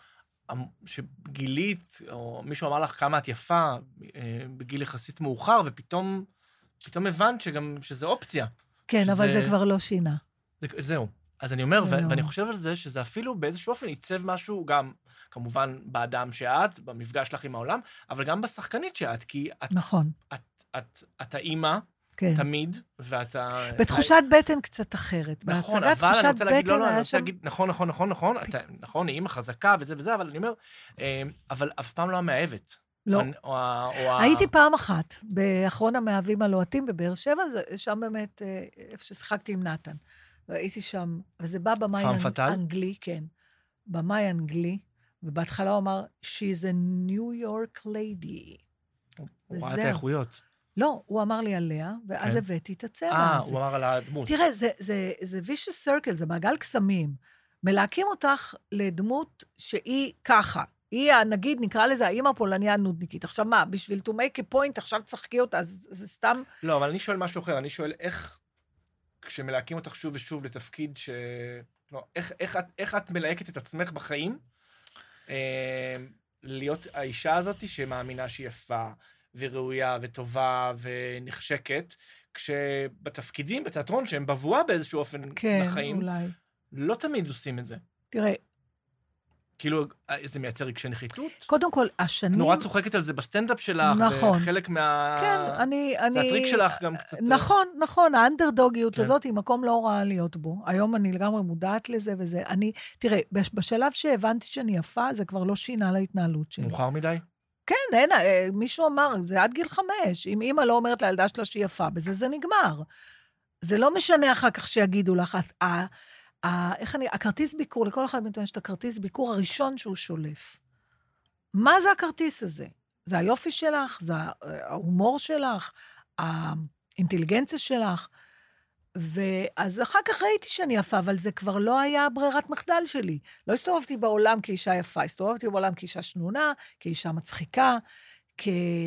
Speaker 2: שגילית, או מישהו אמר לך כמה את יפה, בגיל יחסית מאוחר, ופתאום, פתאום הבנת שגם, שזה אופציה.
Speaker 3: כן,
Speaker 2: שזה,
Speaker 3: אבל זה כבר לא שינה.
Speaker 2: זה, זהו. אז אני אומר, ו-
Speaker 3: לא.
Speaker 2: ואני חושב על זה, שזה אפילו באיזשהו אופן ייצב משהו, גם, כמובן, באדם שאת, במפגש שלך עם העולם, אבל גם בשחקנית שאת, כי את,
Speaker 3: נכון.
Speaker 2: את, את, את, את האימא,
Speaker 3: כן.
Speaker 2: תמיד, ואתה...
Speaker 3: בתחושת בטן קצת אחרת.
Speaker 2: נכון,
Speaker 3: בהצגת
Speaker 2: אבל אני
Speaker 3: תחושת
Speaker 2: רוצה להגיד, לא,
Speaker 3: בטן
Speaker 2: לא, אני
Speaker 3: היה
Speaker 2: רוצה
Speaker 3: שם...
Speaker 2: להגיד, נכון, נכון, נכון, נכון, אתה, נכון, היא אימא חזקה וזה וזה, אבל אני אומר, אה, אבל אף פעם לא המאהבת.
Speaker 3: לא.
Speaker 2: או, או, או, או,
Speaker 3: הייתי פעם אחת, באחרון המאהבים הלוהטים בבאר שבע, שם באמת, אה, איפה ששיחקתי עם נתן. והייתי שם, וזה בא במאי
Speaker 2: פאם פאטל?
Speaker 3: אנגלי, כן. במאי אנגלי, ובהתחלה הוא אמר, she's a New York lady.
Speaker 2: הוא ראה את
Speaker 3: וזהו.
Speaker 2: האיכויות.
Speaker 3: לא, הוא אמר לי עליה, ואז
Speaker 2: כן.
Speaker 3: הבאתי את הצבע
Speaker 2: אה,
Speaker 3: הזה.
Speaker 2: הוא אמר על הדמות.
Speaker 3: תראה, זה, זה, זה vicious circle, זה מעגל קסמים. מלהקים אותך לדמות שהיא ככה. היא, נגיד, נקרא לזה, האמא הפולניה הנודניקית. עכשיו מה, בשביל to make a point, עכשיו תשחקי אותה, אז זה סתם...
Speaker 2: לא, אבל אני שואל משהו אחר, אני שואל איך, כשמלהקים אותך שוב ושוב לתפקיד ש... לא, איך, איך, את, איך את מלהקת את עצמך בחיים, אה, להיות האישה הזאת שמאמינה שהיא יפה, וראויה, וטובה, ונחשקת, כשבתפקידים, בתיאטרון, שהם בבואה באיזשהו אופן
Speaker 3: כן,
Speaker 2: לחיים,
Speaker 3: אולי.
Speaker 2: לא תמיד עושים את זה.
Speaker 3: תראה,
Speaker 2: כאילו, זה מייצר רגשי נחיתות?
Speaker 3: קודם כל, השנים...
Speaker 2: נורא צוחקת על זה בסטנדאפ שלך,
Speaker 3: נכון.
Speaker 2: וחלק מה...
Speaker 3: כן, אני...
Speaker 2: זה
Speaker 3: אני...
Speaker 2: הטריק שלך גם קצת...
Speaker 3: נכון, נכון, האנדרדוגיות
Speaker 2: כן.
Speaker 3: הזאת היא מקום לא רע להיות בו. היום אני לגמרי מודעת לזה וזה. אני... תראה, בש- בשלב שהבנתי שאני יפה, זה כבר לא שינה להתנהלות שלי.
Speaker 2: מאוחר מדי?
Speaker 3: כן, אין, אה, מישהו אמר, זה עד גיל חמש. אם אמא לא אומרת לילדה שלה שהיא יפה, בזה זה נגמר. זה לא משנה אחר כך שיגידו לך, ה- ה- ה- איך אני... הכרטיס ביקור, לכל אחד מאיתנו יש את הכרטיס ביקור הראשון שהוא שולף. מה זה הכרטיס הזה? זה היופי שלך? זה ההומור שלך? האינטליגנציה שלך? ואז אחר כך ראיתי שאני יפה, אבל זה כבר לא היה ברירת מחדל שלי. לא הסתובבתי בעולם כאישה יפה, הסתובבתי בעולם כאישה שנונה, כאישה מצחיקה, כ...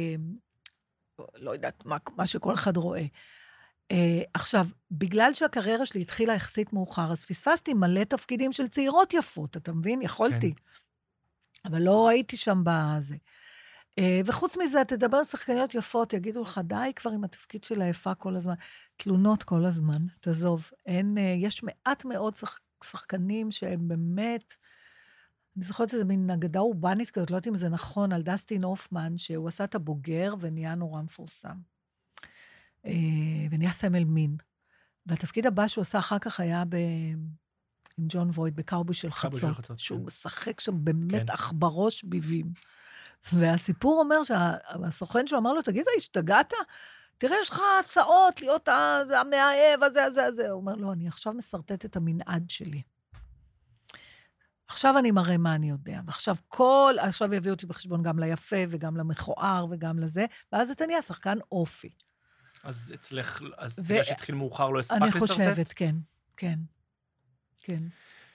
Speaker 3: לא יודעת, מה, מה שכל אחד רואה. Uh, עכשיו, בגלל שהקריירה שלי התחילה יחסית מאוחר, אז פספסתי מלא תפקידים של צעירות יפות, אתה מבין? יכולתי. כן. אבל לא הייתי שם בזה. Uh, וחוץ מזה, תדבר על שחקניות יפות, יגידו לך, די כבר עם התפקיד של היפה כל הזמן. תלונות כל הזמן, תעזוב. אין, uh, יש מעט מאוד שח, שחקנים שהם באמת, אני זוכרת איזה מין אגדה אורבנית כזאת, לא יודעת אם זה נכון, על דסטין הופמן, שהוא עשה את הבוגר ונהיה נורא מפורסם. Uh, ונהיה סמל מין. והתפקיד הבא שהוא עשה אחר כך היה ב... עם ג'ון וויד, בקאובוי של חצות, שהוא כן. משחק שם באמת כן. אכברוש ביבים. והסיפור אומר שהסוכן שהוא אמר לו, תגיד, השתגעת? תראה, יש לך הצעות להיות המאהב, הזה, הזה, הזה. הוא אומר, לא, אני עכשיו מסרטט את המנעד שלי. עכשיו אני מראה מה אני יודע. ועכשיו כל, עכשיו יביאו אותי בחשבון גם ליפה, וגם למכוער, וגם לזה, ואז אתה נהיה שחקן אופי.
Speaker 2: אז אצלך, אז בגלל שהתחיל מאוחר, לא הספק לסרטט?
Speaker 3: אני חושבת, כן, כן, כן.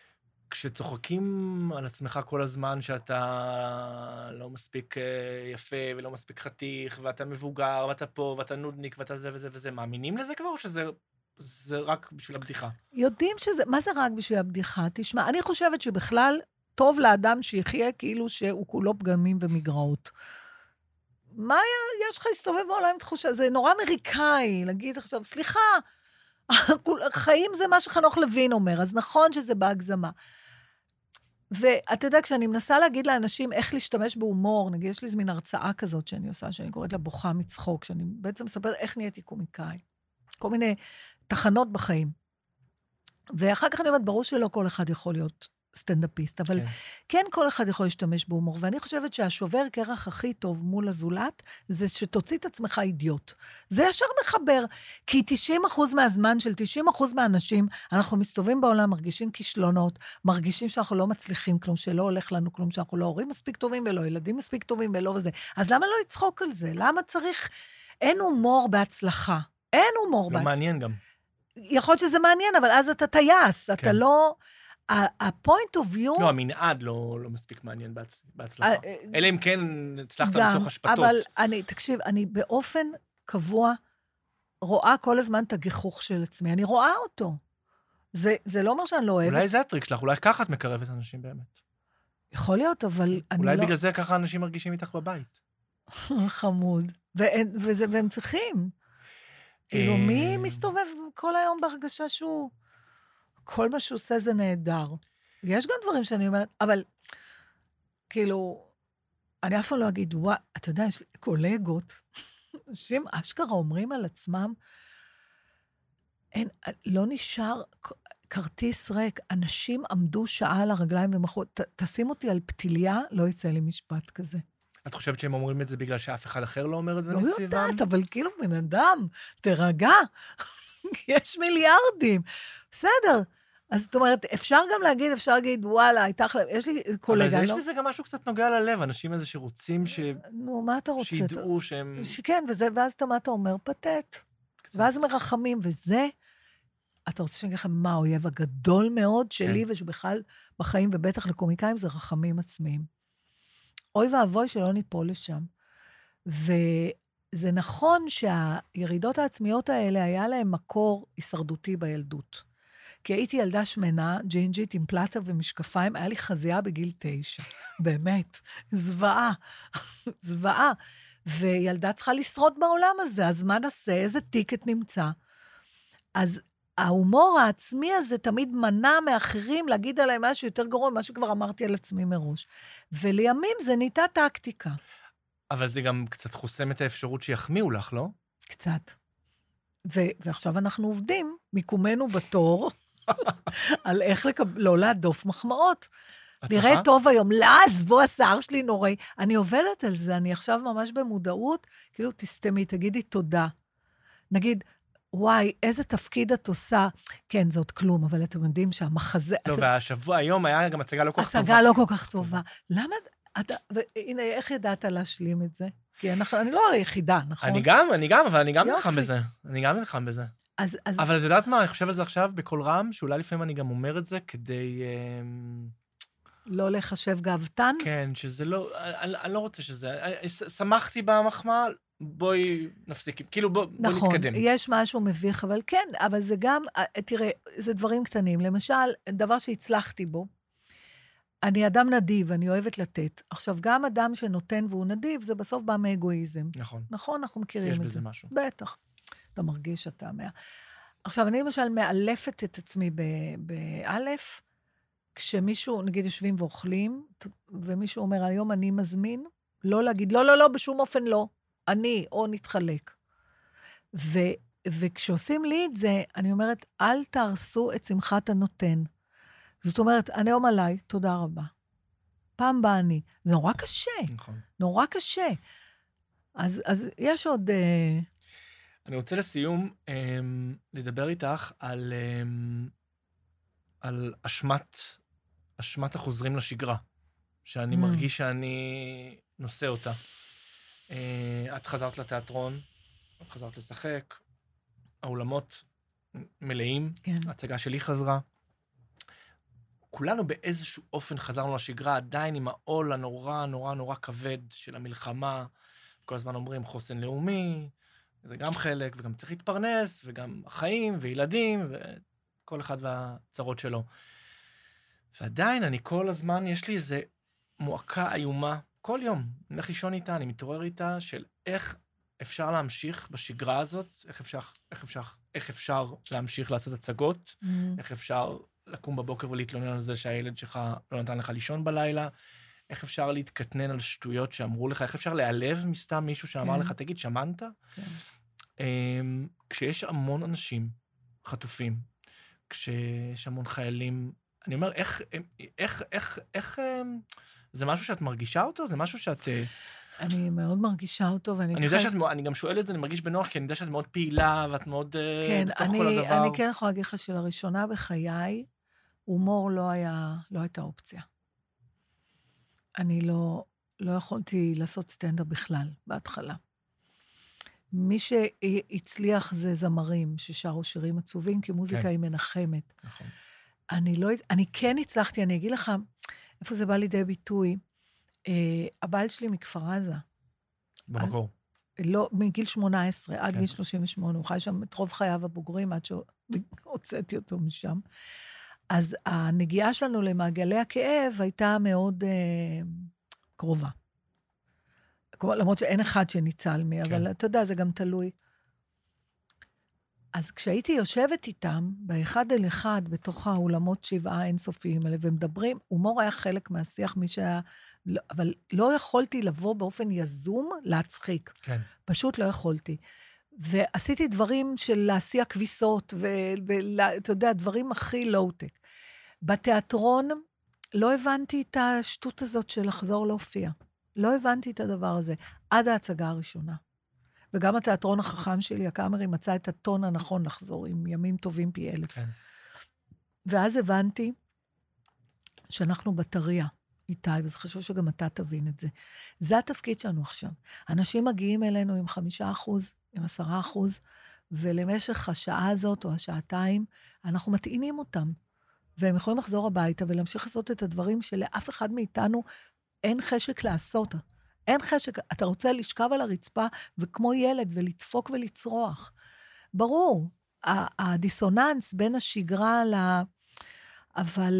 Speaker 2: כשצוחקים על עצמך כל הזמן שאתה לא מספיק יפה ולא מספיק חתיך, ואתה מבוגר, ואתה פה, ואתה נודניק, ואתה זה וזה וזה, מאמינים לזה כבר, או שזה זה רק בשביל הבדיחה? יודעים שזה, מה זה רק בשביל הבדיחה? תשמע, אני חושבת שבכלל טוב לאדם שיחיה כאילו שהוא כולו פגמים ומגרעות. מה יש לך להסתובב בעולם עם תחושה? זה נורא אמריקאי, להגיד עכשיו, סליחה, חיים זה מה שחנוך לוין אומר, אז נכון שזה בהגזמה. ואתה יודע, כשאני מנסה להגיד לאנשים איך להשתמש בהומור, נגיד, יש לי איזו מין הרצאה כזאת שאני עושה, שאני קוראת לה בוכה מצחוק, שאני בעצם מספרת איך נהייתי קומיקאי. כל מיני תחנות בחיים. ואחר כך אני אומרת, ברור שלא כל אחד יכול להיות
Speaker 3: סטנדאפיסט, אבל
Speaker 2: כן.
Speaker 3: כן כל אחד יכול להשתמש בהומור, ואני חושבת שהשובר קרח הכי טוב מול הזולת, זה שתוציא את עצמך אידיוט. זה ישר מחבר, כי תשעים אחוז מהזמן של תשעים אחוז מהאנשים, אנחנו מסתובבים בעולם, מרגישים כישלונות, מרגישים שאנחנו לא מצליחים כלום, שלא הולך לנו כלום, שאנחנו לא הורים מספיק טובים, ולא ילדים מספיק טובים, ולא וזה. אז למה לא לצחוק על זה? למה צריך... אין הומור בהצלחה. אין הומור
Speaker 2: לא
Speaker 3: בהצלחה.
Speaker 2: מעניין גם.
Speaker 3: יכול להיות שזה מעניין, אבל אז אתה טייס, אתה
Speaker 2: כן.
Speaker 3: לא... ה-point of view...
Speaker 2: לא, המנעד לא לא מספיק מעניין בהצ- בהצלחה.
Speaker 3: אה,
Speaker 2: אלא אם כן הצלחת
Speaker 3: גם,
Speaker 2: בתוך השפטות.
Speaker 3: אבל אני, תקשיב, אני באופן קבוע רואה כל הזמן את הגיחוך של עצמי. אני רואה אותו. זה, זה לא אומר שאני לא אוהבת.
Speaker 2: אולי זה הטריק שלך, אולי ככה את מקרבת אנשים באמת.
Speaker 3: יכול להיות, אבל אני
Speaker 2: אולי
Speaker 3: לא...
Speaker 2: בגלל זה ככה אנשים מרגישים איתך בבית.
Speaker 3: חמוד. ואין, וזה, והם צריכים. כאילו, מי
Speaker 2: אה,
Speaker 3: מסתובב כל היום בהרגשה שהוא... כל מה שהוא עושה זה נהדר. יש גם דברים שאני אומרת, אבל כאילו, אני אף פעם לא אגיד, וואי, אתה יודע, יש לי קולגות, אנשים אשכרה אומרים על עצמם, אין, לא נשאר כרטיס ריק, אנשים עמדו שעה על הרגליים ומחו, ת, תשים אותי על פתיליה, לא יצא לי משפט כזה.
Speaker 2: את חושבת שהם אומרים את זה בגלל שאף אחד אחר לא אומר את זה
Speaker 3: לא
Speaker 2: מסביבם?
Speaker 3: יודעת, אבל כאילו בן אדם, תרגע, יש מיליארדים. בסדר. אז זאת אומרת, אפשר גם להגיד, אפשר להגיד, וואלה, הייתה, יש לי קולגה,
Speaker 2: אבל יש
Speaker 3: לא?
Speaker 2: בזה גם משהו קצת נוגע ללב, אנשים איזה שרוצים ש...
Speaker 3: נו, מה אתה רוצה?
Speaker 2: שידעו שהם...
Speaker 3: שכן, וזה, ואז אתה, מה אתה אומר? פתט. ואז מרחמים, וזה, אתה רוצה שאני אגיד לכם, מה, האויב הגדול מאוד שלי,
Speaker 2: כן.
Speaker 3: ושבכלל בחיים, ובטח לקומיקאים, זה רחמים עצמיים. אוי ואבוי שלא ניפול לשם. וזה נכון שהירידות העצמיות האלה, היה להם מקור הישרדותי בילדות. כי הייתי ילדה שמנה, ג'ינג'ית, עם פלטה ומשקפיים, היה לי חזייה בגיל תשע. באמת. זוועה. זוועה. וילדה צריכה לשרוד בעולם הזה, אז מה נעשה? איזה טיקט נמצא? אז ההומור העצמי הזה תמיד מנע מאחרים להגיד עליהם משהו יותר גרוע, מה שכבר אמרתי על עצמי מראש. ולימים זה נהייתה טקטיקה.
Speaker 2: אבל זה גם קצת חוסם את האפשרות שיחמיאו לך, לא?
Speaker 3: קצת. ו- ועכשיו אנחנו עובדים, מיקומנו בתור, על איך לקב... לא להדוף מחמאות.
Speaker 2: הצלחה?
Speaker 3: נראה טוב היום, לא, עזבו, השיער שלי נוראי. אני עובדת על זה, אני עכשיו ממש במודעות, כאילו תסתמי, תגידי תודה. נגיד, וואי, איזה תפקיד את עושה. כן, זה עוד כלום, אבל אתם יודעים שהמחזה...
Speaker 2: לא,
Speaker 3: את...
Speaker 2: והשבוע, היום היה גם הצגה לא כל כך טובה.
Speaker 3: הצגה לא כל כך טובה. למה... אתה... והנה, איך ידעת להשלים את זה? כי אנחנו, אני לא היחידה, נכון?
Speaker 2: אני גם, אני גם, אבל אני גם
Speaker 3: יופי.
Speaker 2: נלחם בזה. אני גם נלחם בזה.
Speaker 3: אז, אז...
Speaker 2: אבל את יודעת מה, אני חושב על זה עכשיו בכל רם, שאולי לפעמים אני גם אומר את זה כדי... אמ,
Speaker 3: לא לחשב גאוותן?
Speaker 2: כן, שזה לא... אני, אני לא רוצה שזה... אני- שמחתי במחמאה, בואי נפסיק. כאילו, בוא, בוא
Speaker 3: נכון,
Speaker 2: נתקדם.
Speaker 3: יש משהו מביך, אבל כן, אבל זה גם, תראה, זה דברים קטנים. למשל, דבר שהצלחתי בו, אני אדם נדיב, אני אוהבת לתת. עכשיו, גם אדם שנותן והוא נדיב, זה בסוף בא מאגואיזם.
Speaker 2: נכון.
Speaker 3: נכון, אנחנו מכירים
Speaker 2: יש
Speaker 3: את זה.
Speaker 2: בזה משהו.
Speaker 3: בטח. אתה מרגיש שאתה מה... עכשיו, אני למשל מאלפת את עצמי באלף, כשמישהו, נגיד, יושבים ואוכלים, ומישהו אומר, היום אני מזמין, לא להגיד, לא, לא, לא, בשום אופן לא. אני, או נתחלק. ו, וכשעושים לי את זה, אני אומרת, אל תהרסו את שמחת הנותן. זאת אומרת, אני היום עליי, תודה רבה. פעם באה אני. זה נורא קשה,
Speaker 2: נכון.
Speaker 3: נורא קשה. אז, אז יש עוד... אה...
Speaker 2: אני רוצה לסיום אמ, לדבר איתך על, אמ, על אשמת, אשמת החוזרים לשגרה, שאני
Speaker 3: Mm.
Speaker 2: מרגיש שאני נושא אותה. אה, את חזרת לתיאטרון, את חזרת לשחק, האולמות מלאים,
Speaker 3: כן.
Speaker 2: ההצגה שלי חזרה. כולנו באיזשהו אופן חזרנו לשגרה, עדיין עם העול הנורא נורא נורא כבד של המלחמה. כל הזמן אומרים חוסן לאומי, זה גם חלק, וגם צריך להתפרנס, וגם החיים וילדים, וכל אחד והצרות שלו. ועדיין אני כל הזמן, יש לי איזו מועקה איומה, כל יום, אני הולך לישון איתה, אני מתעורר איתה, של איך אפשר להמשיך בשגרה הזאת, איך אפשר, איך אפשר, איך אפשר להמשיך לעשות הצגות,
Speaker 3: Mm.
Speaker 2: איך אפשר לקום בבוקר ולהתלונן על זה שהילד שלך לא נתן לך לישון בלילה, איך אפשר להתקטנן על שטויות שאמרו לך, איך אפשר להיעלב מסתם מישהו שאמר
Speaker 3: כן.
Speaker 2: לך, תגיד, שמנת?
Speaker 3: כן.
Speaker 2: Um, כשיש המון אנשים חטופים, כשיש המון חיילים uh, אני אומר, איך, איך, איך, איך, זה משהו שאת מרגישה אותו? זה משהו שאת...
Speaker 3: אני מאוד מרגישה אותו, ואני...
Speaker 2: אני יודע שאת, אני גם שואל את זה, אני מרגיש בנוח, כי אני יודע שאת מאוד פעילה, ואת מאוד
Speaker 3: כן,
Speaker 2: בתוך
Speaker 3: אני,
Speaker 2: כל הדבר.
Speaker 3: אני כן יכולה להגיד לך שלראשונה בחיי, הומור לא היה, לא הייתה אופציה. אני לא, לא יכולתי לעשות סטנדאפ בכלל, בהתחלה. מי שהצליח זה זמרים ששרו שירים עצובים, כי מוזיקה
Speaker 2: כן.
Speaker 3: היא מנחמת.
Speaker 2: נכון.
Speaker 3: אני לא, אני כן הצלחתי, אני אגיד לך, איפה זה בא לידי ביטוי, אה, הבעל שלי מכפר עזה.
Speaker 2: במקור.
Speaker 3: לא, מגיל שמונה עשרה, עד
Speaker 2: כן.
Speaker 3: גיל שלושים ושמונה, הוא חי שם את רוב חייו הבוגרים, עד שהוצאתי אותו משם. אז הנגיעה שלנו למעגלי הכאב הייתה מאוד אה, קרובה. כלומר, למרות שאין אחד שניצל מי, כן. אבל אתה יודע, זה גם תלוי. אז כשהייתי יושבת איתם, באחד אל אחד, בתוך האולמות שבעה אינסופיים האלה, ומדברים, הומור היה חלק מהשיח, מי שהיה... לא, אבל לא יכולתי לבוא באופן יזום להצחיק.
Speaker 2: כן.
Speaker 3: פשוט לא יכולתי. ועשיתי דברים של להסיע כביסות, ואתה יודע, דברים הכי לואו-טק. בתיאטרון לא הבנתי את השטות הזאת של לחזור להופיע. לא הבנתי את הדבר הזה, עד ההצגה הראשונה. וגם התיאטרון החכם שלי, הקאמרי, מצא את הטון הנכון לחזור, עם ימים טובים פי אלף.
Speaker 2: כן.
Speaker 3: ואז הבנתי שאנחנו בטריה, איתי, וזה חשוב שגם אתה תבין את זה. זה התפקיד שלנו עכשיו. אנשים מגיעים אלינו עם חמישה אחוז, עם עשרה אחוז, ולמשך השעה הזאת או השעתיים, אנחנו מטעינים אותם. והם יכולים לחזור הביתה ולהמשיך לעשות את הדברים שלאף אחד מאיתנו אין חשק לעשות. אין חשק, אתה רוצה לשכב על הרצפה וכמו ילד ולדפוק ולצרוח. ברור, הדיסוננס בין השגרה ל... אבל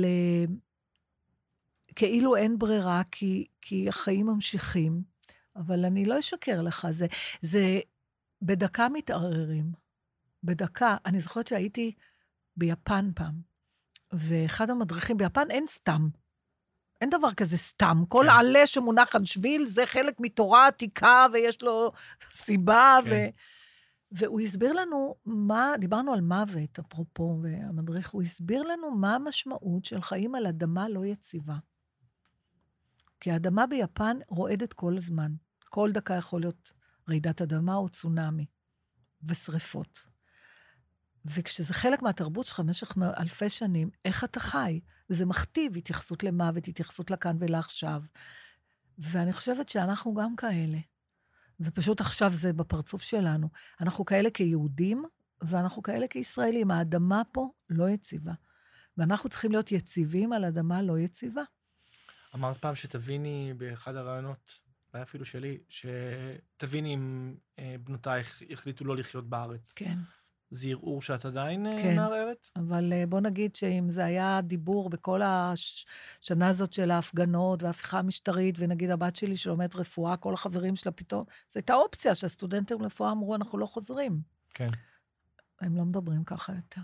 Speaker 3: כאילו אין ברירה, כי, כי החיים ממשיכים, אבל אני לא אשקר לך, זה, זה בדקה מתערערים. בדקה, אני זוכרת שהייתי ביפן פעם, ואחד המדריכים, ביפן אין סתם. אין דבר כזה סתם. כל כן. עלה שמונח על שביל, זה חלק מתורה עתיקה, ויש לו סיבה, כן. ו... והוא הסביר לנו מה, דיברנו על מוות, אפרופו, והמדריך, הוא הסביר לנו מה המשמעות של חיים על אדמה לא יציבה. כי האדמה ביפן רועדת כל הזמן. כל דקה יכול להיות רעידת אדמה או צונאמי, ושריפות. וכשזה חלק מהתרבות שלך במשך אלפי שנים, איך אתה חי? וזה מכתיב התייחסות למוות, התייחסות לכאן ולעכשיו. ואני חושבת שאנחנו גם כאלה. ופשוט עכשיו זה בפרצוף שלנו. אנחנו כאלה כיהודים, ואנחנו כאלה כישראלים. האדמה פה לא יציבה. ואנחנו צריכים להיות יציבים על אדמה לא יציבה.
Speaker 2: אמרת פעם שתביני באחד הרעיונות, אולי אפילו שלי, שתביני אם בנותייך החליטו לא לחיות בארץ.
Speaker 3: כן.
Speaker 2: זה ערעור שאת עדיין
Speaker 3: כן,
Speaker 2: מערערת?
Speaker 3: אבל בוא נגיד שאם זה היה דיבור בכל השנה הזאת של ההפגנות וההפיכה המשטרית, ונגיד הבת שלי שלומדת רפואה, כל החברים שלה פתאום, זו הייתה אופציה שהסטודנטים לרפואה אמרו, אנחנו לא חוזרים.
Speaker 2: כן.
Speaker 3: הם לא מדברים ככה יותר.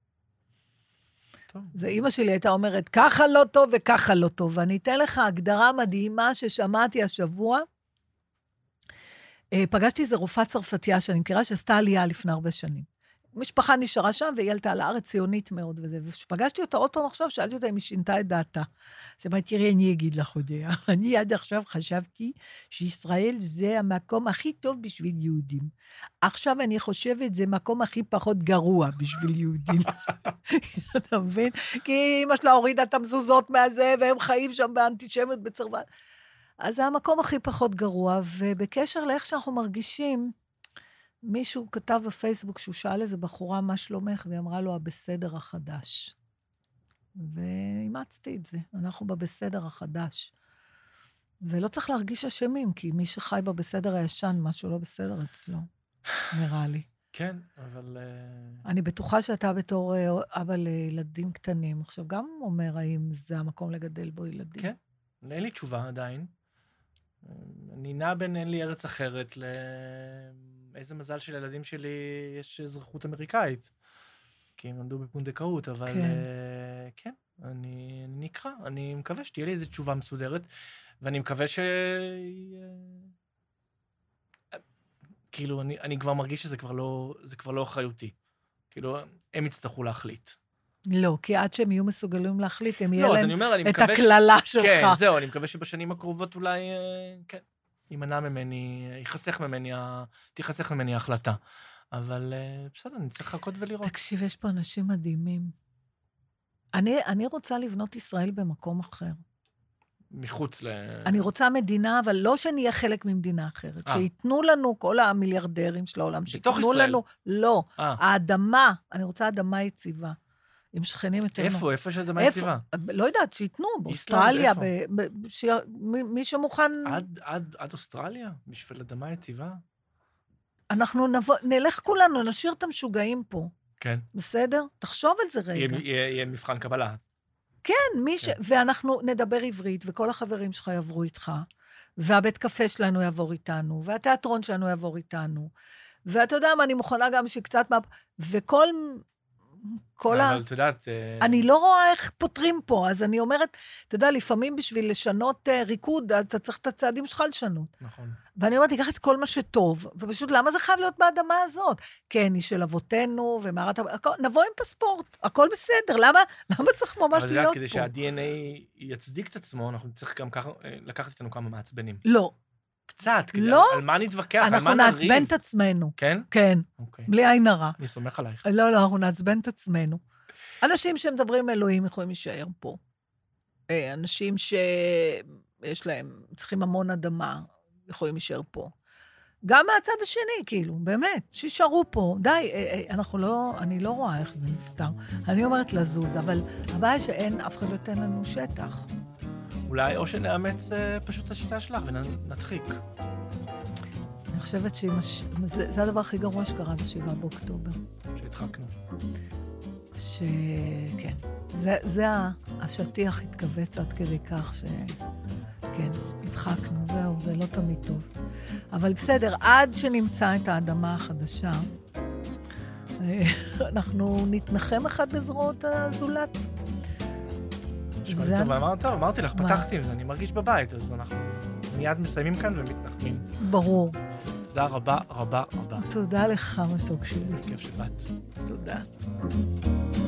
Speaker 2: טוב.
Speaker 3: זה אמא שלי הייתה אומרת, ככה לא טוב וככה לא טוב, ואני אתן לך הגדרה מדהימה ששמעתי השבוע, פגשתי איזו רופאה צרפתיה שאני מכירה שעשתה עלייה לפני הרבה שנים. משפחה נשארה שם, והיא עלתה לארץ ציונית מאוד וזה. ופגשתי אותה עוד פעם עכשיו, שאלתי אותה אם היא שינתה את דעתה. אז אמרתי, תראי, אני אגיד לך עוד, אני עד עכשיו חשבתי שישראל זה המקום הכי טוב בשביל יהודים. עכשיו אני חושבת, זה מקום הכי פחות גרוע בשביל יהודים. אתה מבין? כי אמא שלה הורידה את המזוזות מהזה, והם חיים שם באנטישמיות בצרפת. אז זה המקום הכי פחות גרוע, ובקשר לאיך שאנחנו מרגישים, מישהו כתב בפייסבוק שהוא שאל איזה בחורה מה שלומך, והיא אמרה לו, הבסדר החדש. ואימצתי את זה, אנחנו בבסדר החדש. ולא צריך להרגיש אשמים, כי מי שחי בבסדר הישן, משהו לא בסדר אצלו, נראה לי.
Speaker 2: כן, אבל...
Speaker 3: אני בטוחה שאתה בתור אבא לילדים קטנים, עכשיו גם אומר, האם זה המקום לגדל בו ילדים?
Speaker 2: כן, אין לי תשובה עדיין. אני נע בין אין לי ארץ אחרת ל... איזה מזל שלילדים שלי יש אזרחות אמריקאית. כי הם למדו בפונדקאות, אבל כן, uh, כן אני, אני נקרא. אני מקווה שתהיה לי איזו תשובה מסודרת, ואני מקווה ש... Uh, כאילו, אני, אני כבר מרגיש שזה כבר לא, זה כבר לא אחריותי. כאילו, הם יצטרכו להחליט.
Speaker 3: לא, כי עד שהם יהיו מסוגלים להחליט, הם יהיה
Speaker 2: לא, אז
Speaker 3: להם
Speaker 2: אני אומר, אני
Speaker 3: את
Speaker 2: מקווה... ש-
Speaker 3: הכללה שלך.
Speaker 2: כן, זהו, אני מקווה שבשנים הקרובות אולי, אה, כן, יימנע ממני, ייחסך ממני, ה- תיחסך ממני ההחלטה. אבל אה, בסדר, אני צריך לחכות ולראות.
Speaker 3: תקשיב, יש פה אנשים מדהימים. אני, אני רוצה לבנות ישראל במקום אחר.
Speaker 2: מחוץ ל...
Speaker 3: אני רוצה מדינה, אבל לא שנהיה חלק ממדינה אחרת.
Speaker 2: אה.
Speaker 3: שייתנו לנו, כל המיליארדרים של העולם,
Speaker 2: בתוך
Speaker 3: שייתנו
Speaker 2: ישראל.
Speaker 3: לנו, לא,
Speaker 2: אה,
Speaker 3: האדמה, אני רוצה אדמה יציבה. עם שכנים יותר...
Speaker 2: איפה? איפה יש אדמה
Speaker 3: איפה?
Speaker 2: יציבה?
Speaker 3: לא יודעת, שייתנו, באוסטרליה,
Speaker 2: איפה?
Speaker 3: ב- ב- ש- מי מי שמוכן...
Speaker 2: עד, עד, עד אוסטרליה? בשביל אדמה יציבה?
Speaker 3: אנחנו נבוא, נלך כולנו, נשאיר את המשוגעים פה,
Speaker 2: כן.
Speaker 3: בסדר? תחשוב על זה
Speaker 2: יהיה,
Speaker 3: רגע.
Speaker 2: יהיה, יהיה מבחן קבלה.
Speaker 3: כן, מי ש...
Speaker 2: כן.
Speaker 3: ואנחנו נדבר עברית, וכל החברים שלך יעברו איתך, והבית קפה שלנו יעבור איתנו, והתיאטרון שלנו יעבור איתנו, ואתה יודע מה, אני מוכנה גם שקצת מה... וכל... כל ה...
Speaker 2: אבל את יודעת... אה,
Speaker 3: אני לא רואה איך פותרים פה, אז אני אומרת, אתה יודע, לפעמים בשביל לשנות uh, ריקוד, אתה צריך את הצעדים שלך לשנות.
Speaker 2: נכון.
Speaker 3: ואני אומרת, תיקח את כל מה שטוב, ופשוט למה זה חייב להיות באדמה הזאת? כן, היא של אבותינו, ומערת... הכל- נבוא עם פספורט, הכל בסדר, למה, למה צריך ממש
Speaker 2: אבל את יודעת,
Speaker 3: להיות
Speaker 2: כדי
Speaker 3: פה?
Speaker 2: שה-די אן איי יצדיק את עצמו, אנחנו צריכים גם ככה, אה, לקחת איתנו כמה מעצבנים.
Speaker 3: לא,
Speaker 2: קצת, כדי,
Speaker 3: לא.
Speaker 2: על, על מה נתווכח, על
Speaker 3: אנחנו
Speaker 2: מה נריב.
Speaker 3: נעצבן את עצמנו.
Speaker 2: כן?
Speaker 3: כן,
Speaker 2: אוקיי.
Speaker 3: בלי עין הרע.
Speaker 2: אני סומך עלייך.
Speaker 3: לא, לא, אנחנו נעצבן את עצמנו. אנשים שמדברים אלוהים יכולים להישאר פה. אה, אנשים שיש להם, צריכים המון אדמה, יכולים להישאר פה. גם מהצד השני, כאילו, באמת, שישארו פה. די, אה, אה, אנחנו לא, אני לא רואה איך זה נפתר. אני אומרת לזוז, אבל הבעיה שאין, אף אחד לא ייתן לנו שטח.
Speaker 2: אולי או שנאמץ אה, פשוט את השיטה שלך ונדחיק.
Speaker 3: אני חושבת שזה זה הדבר הכי גרוע שקרה בשבעה באוקטובר.
Speaker 2: שהדחקנו.
Speaker 3: שכן, זה, זה ה- השטיח התכווץ עד כדי כך שכן, הדחקנו, זהו, זה לא תמיד טוב. אבל בסדר, עד שנמצא את האדמה החדשה, אה, אנחנו נתנחם אחד בזרועות הזולת.
Speaker 2: נשמע
Speaker 3: זה-
Speaker 2: לי טוב, אבל אמרת, טוב, אמרתי לך,
Speaker 3: מה?
Speaker 2: פתחתי עם זה, אני מרגיש בבית, אז אנחנו מיד מסיימים כאן ומתנחמים.
Speaker 3: ברור.
Speaker 2: תודה רבה, רבה, רבה.
Speaker 3: תודה לך, מתוק שלי.
Speaker 2: כיף שבאת.
Speaker 3: תודה.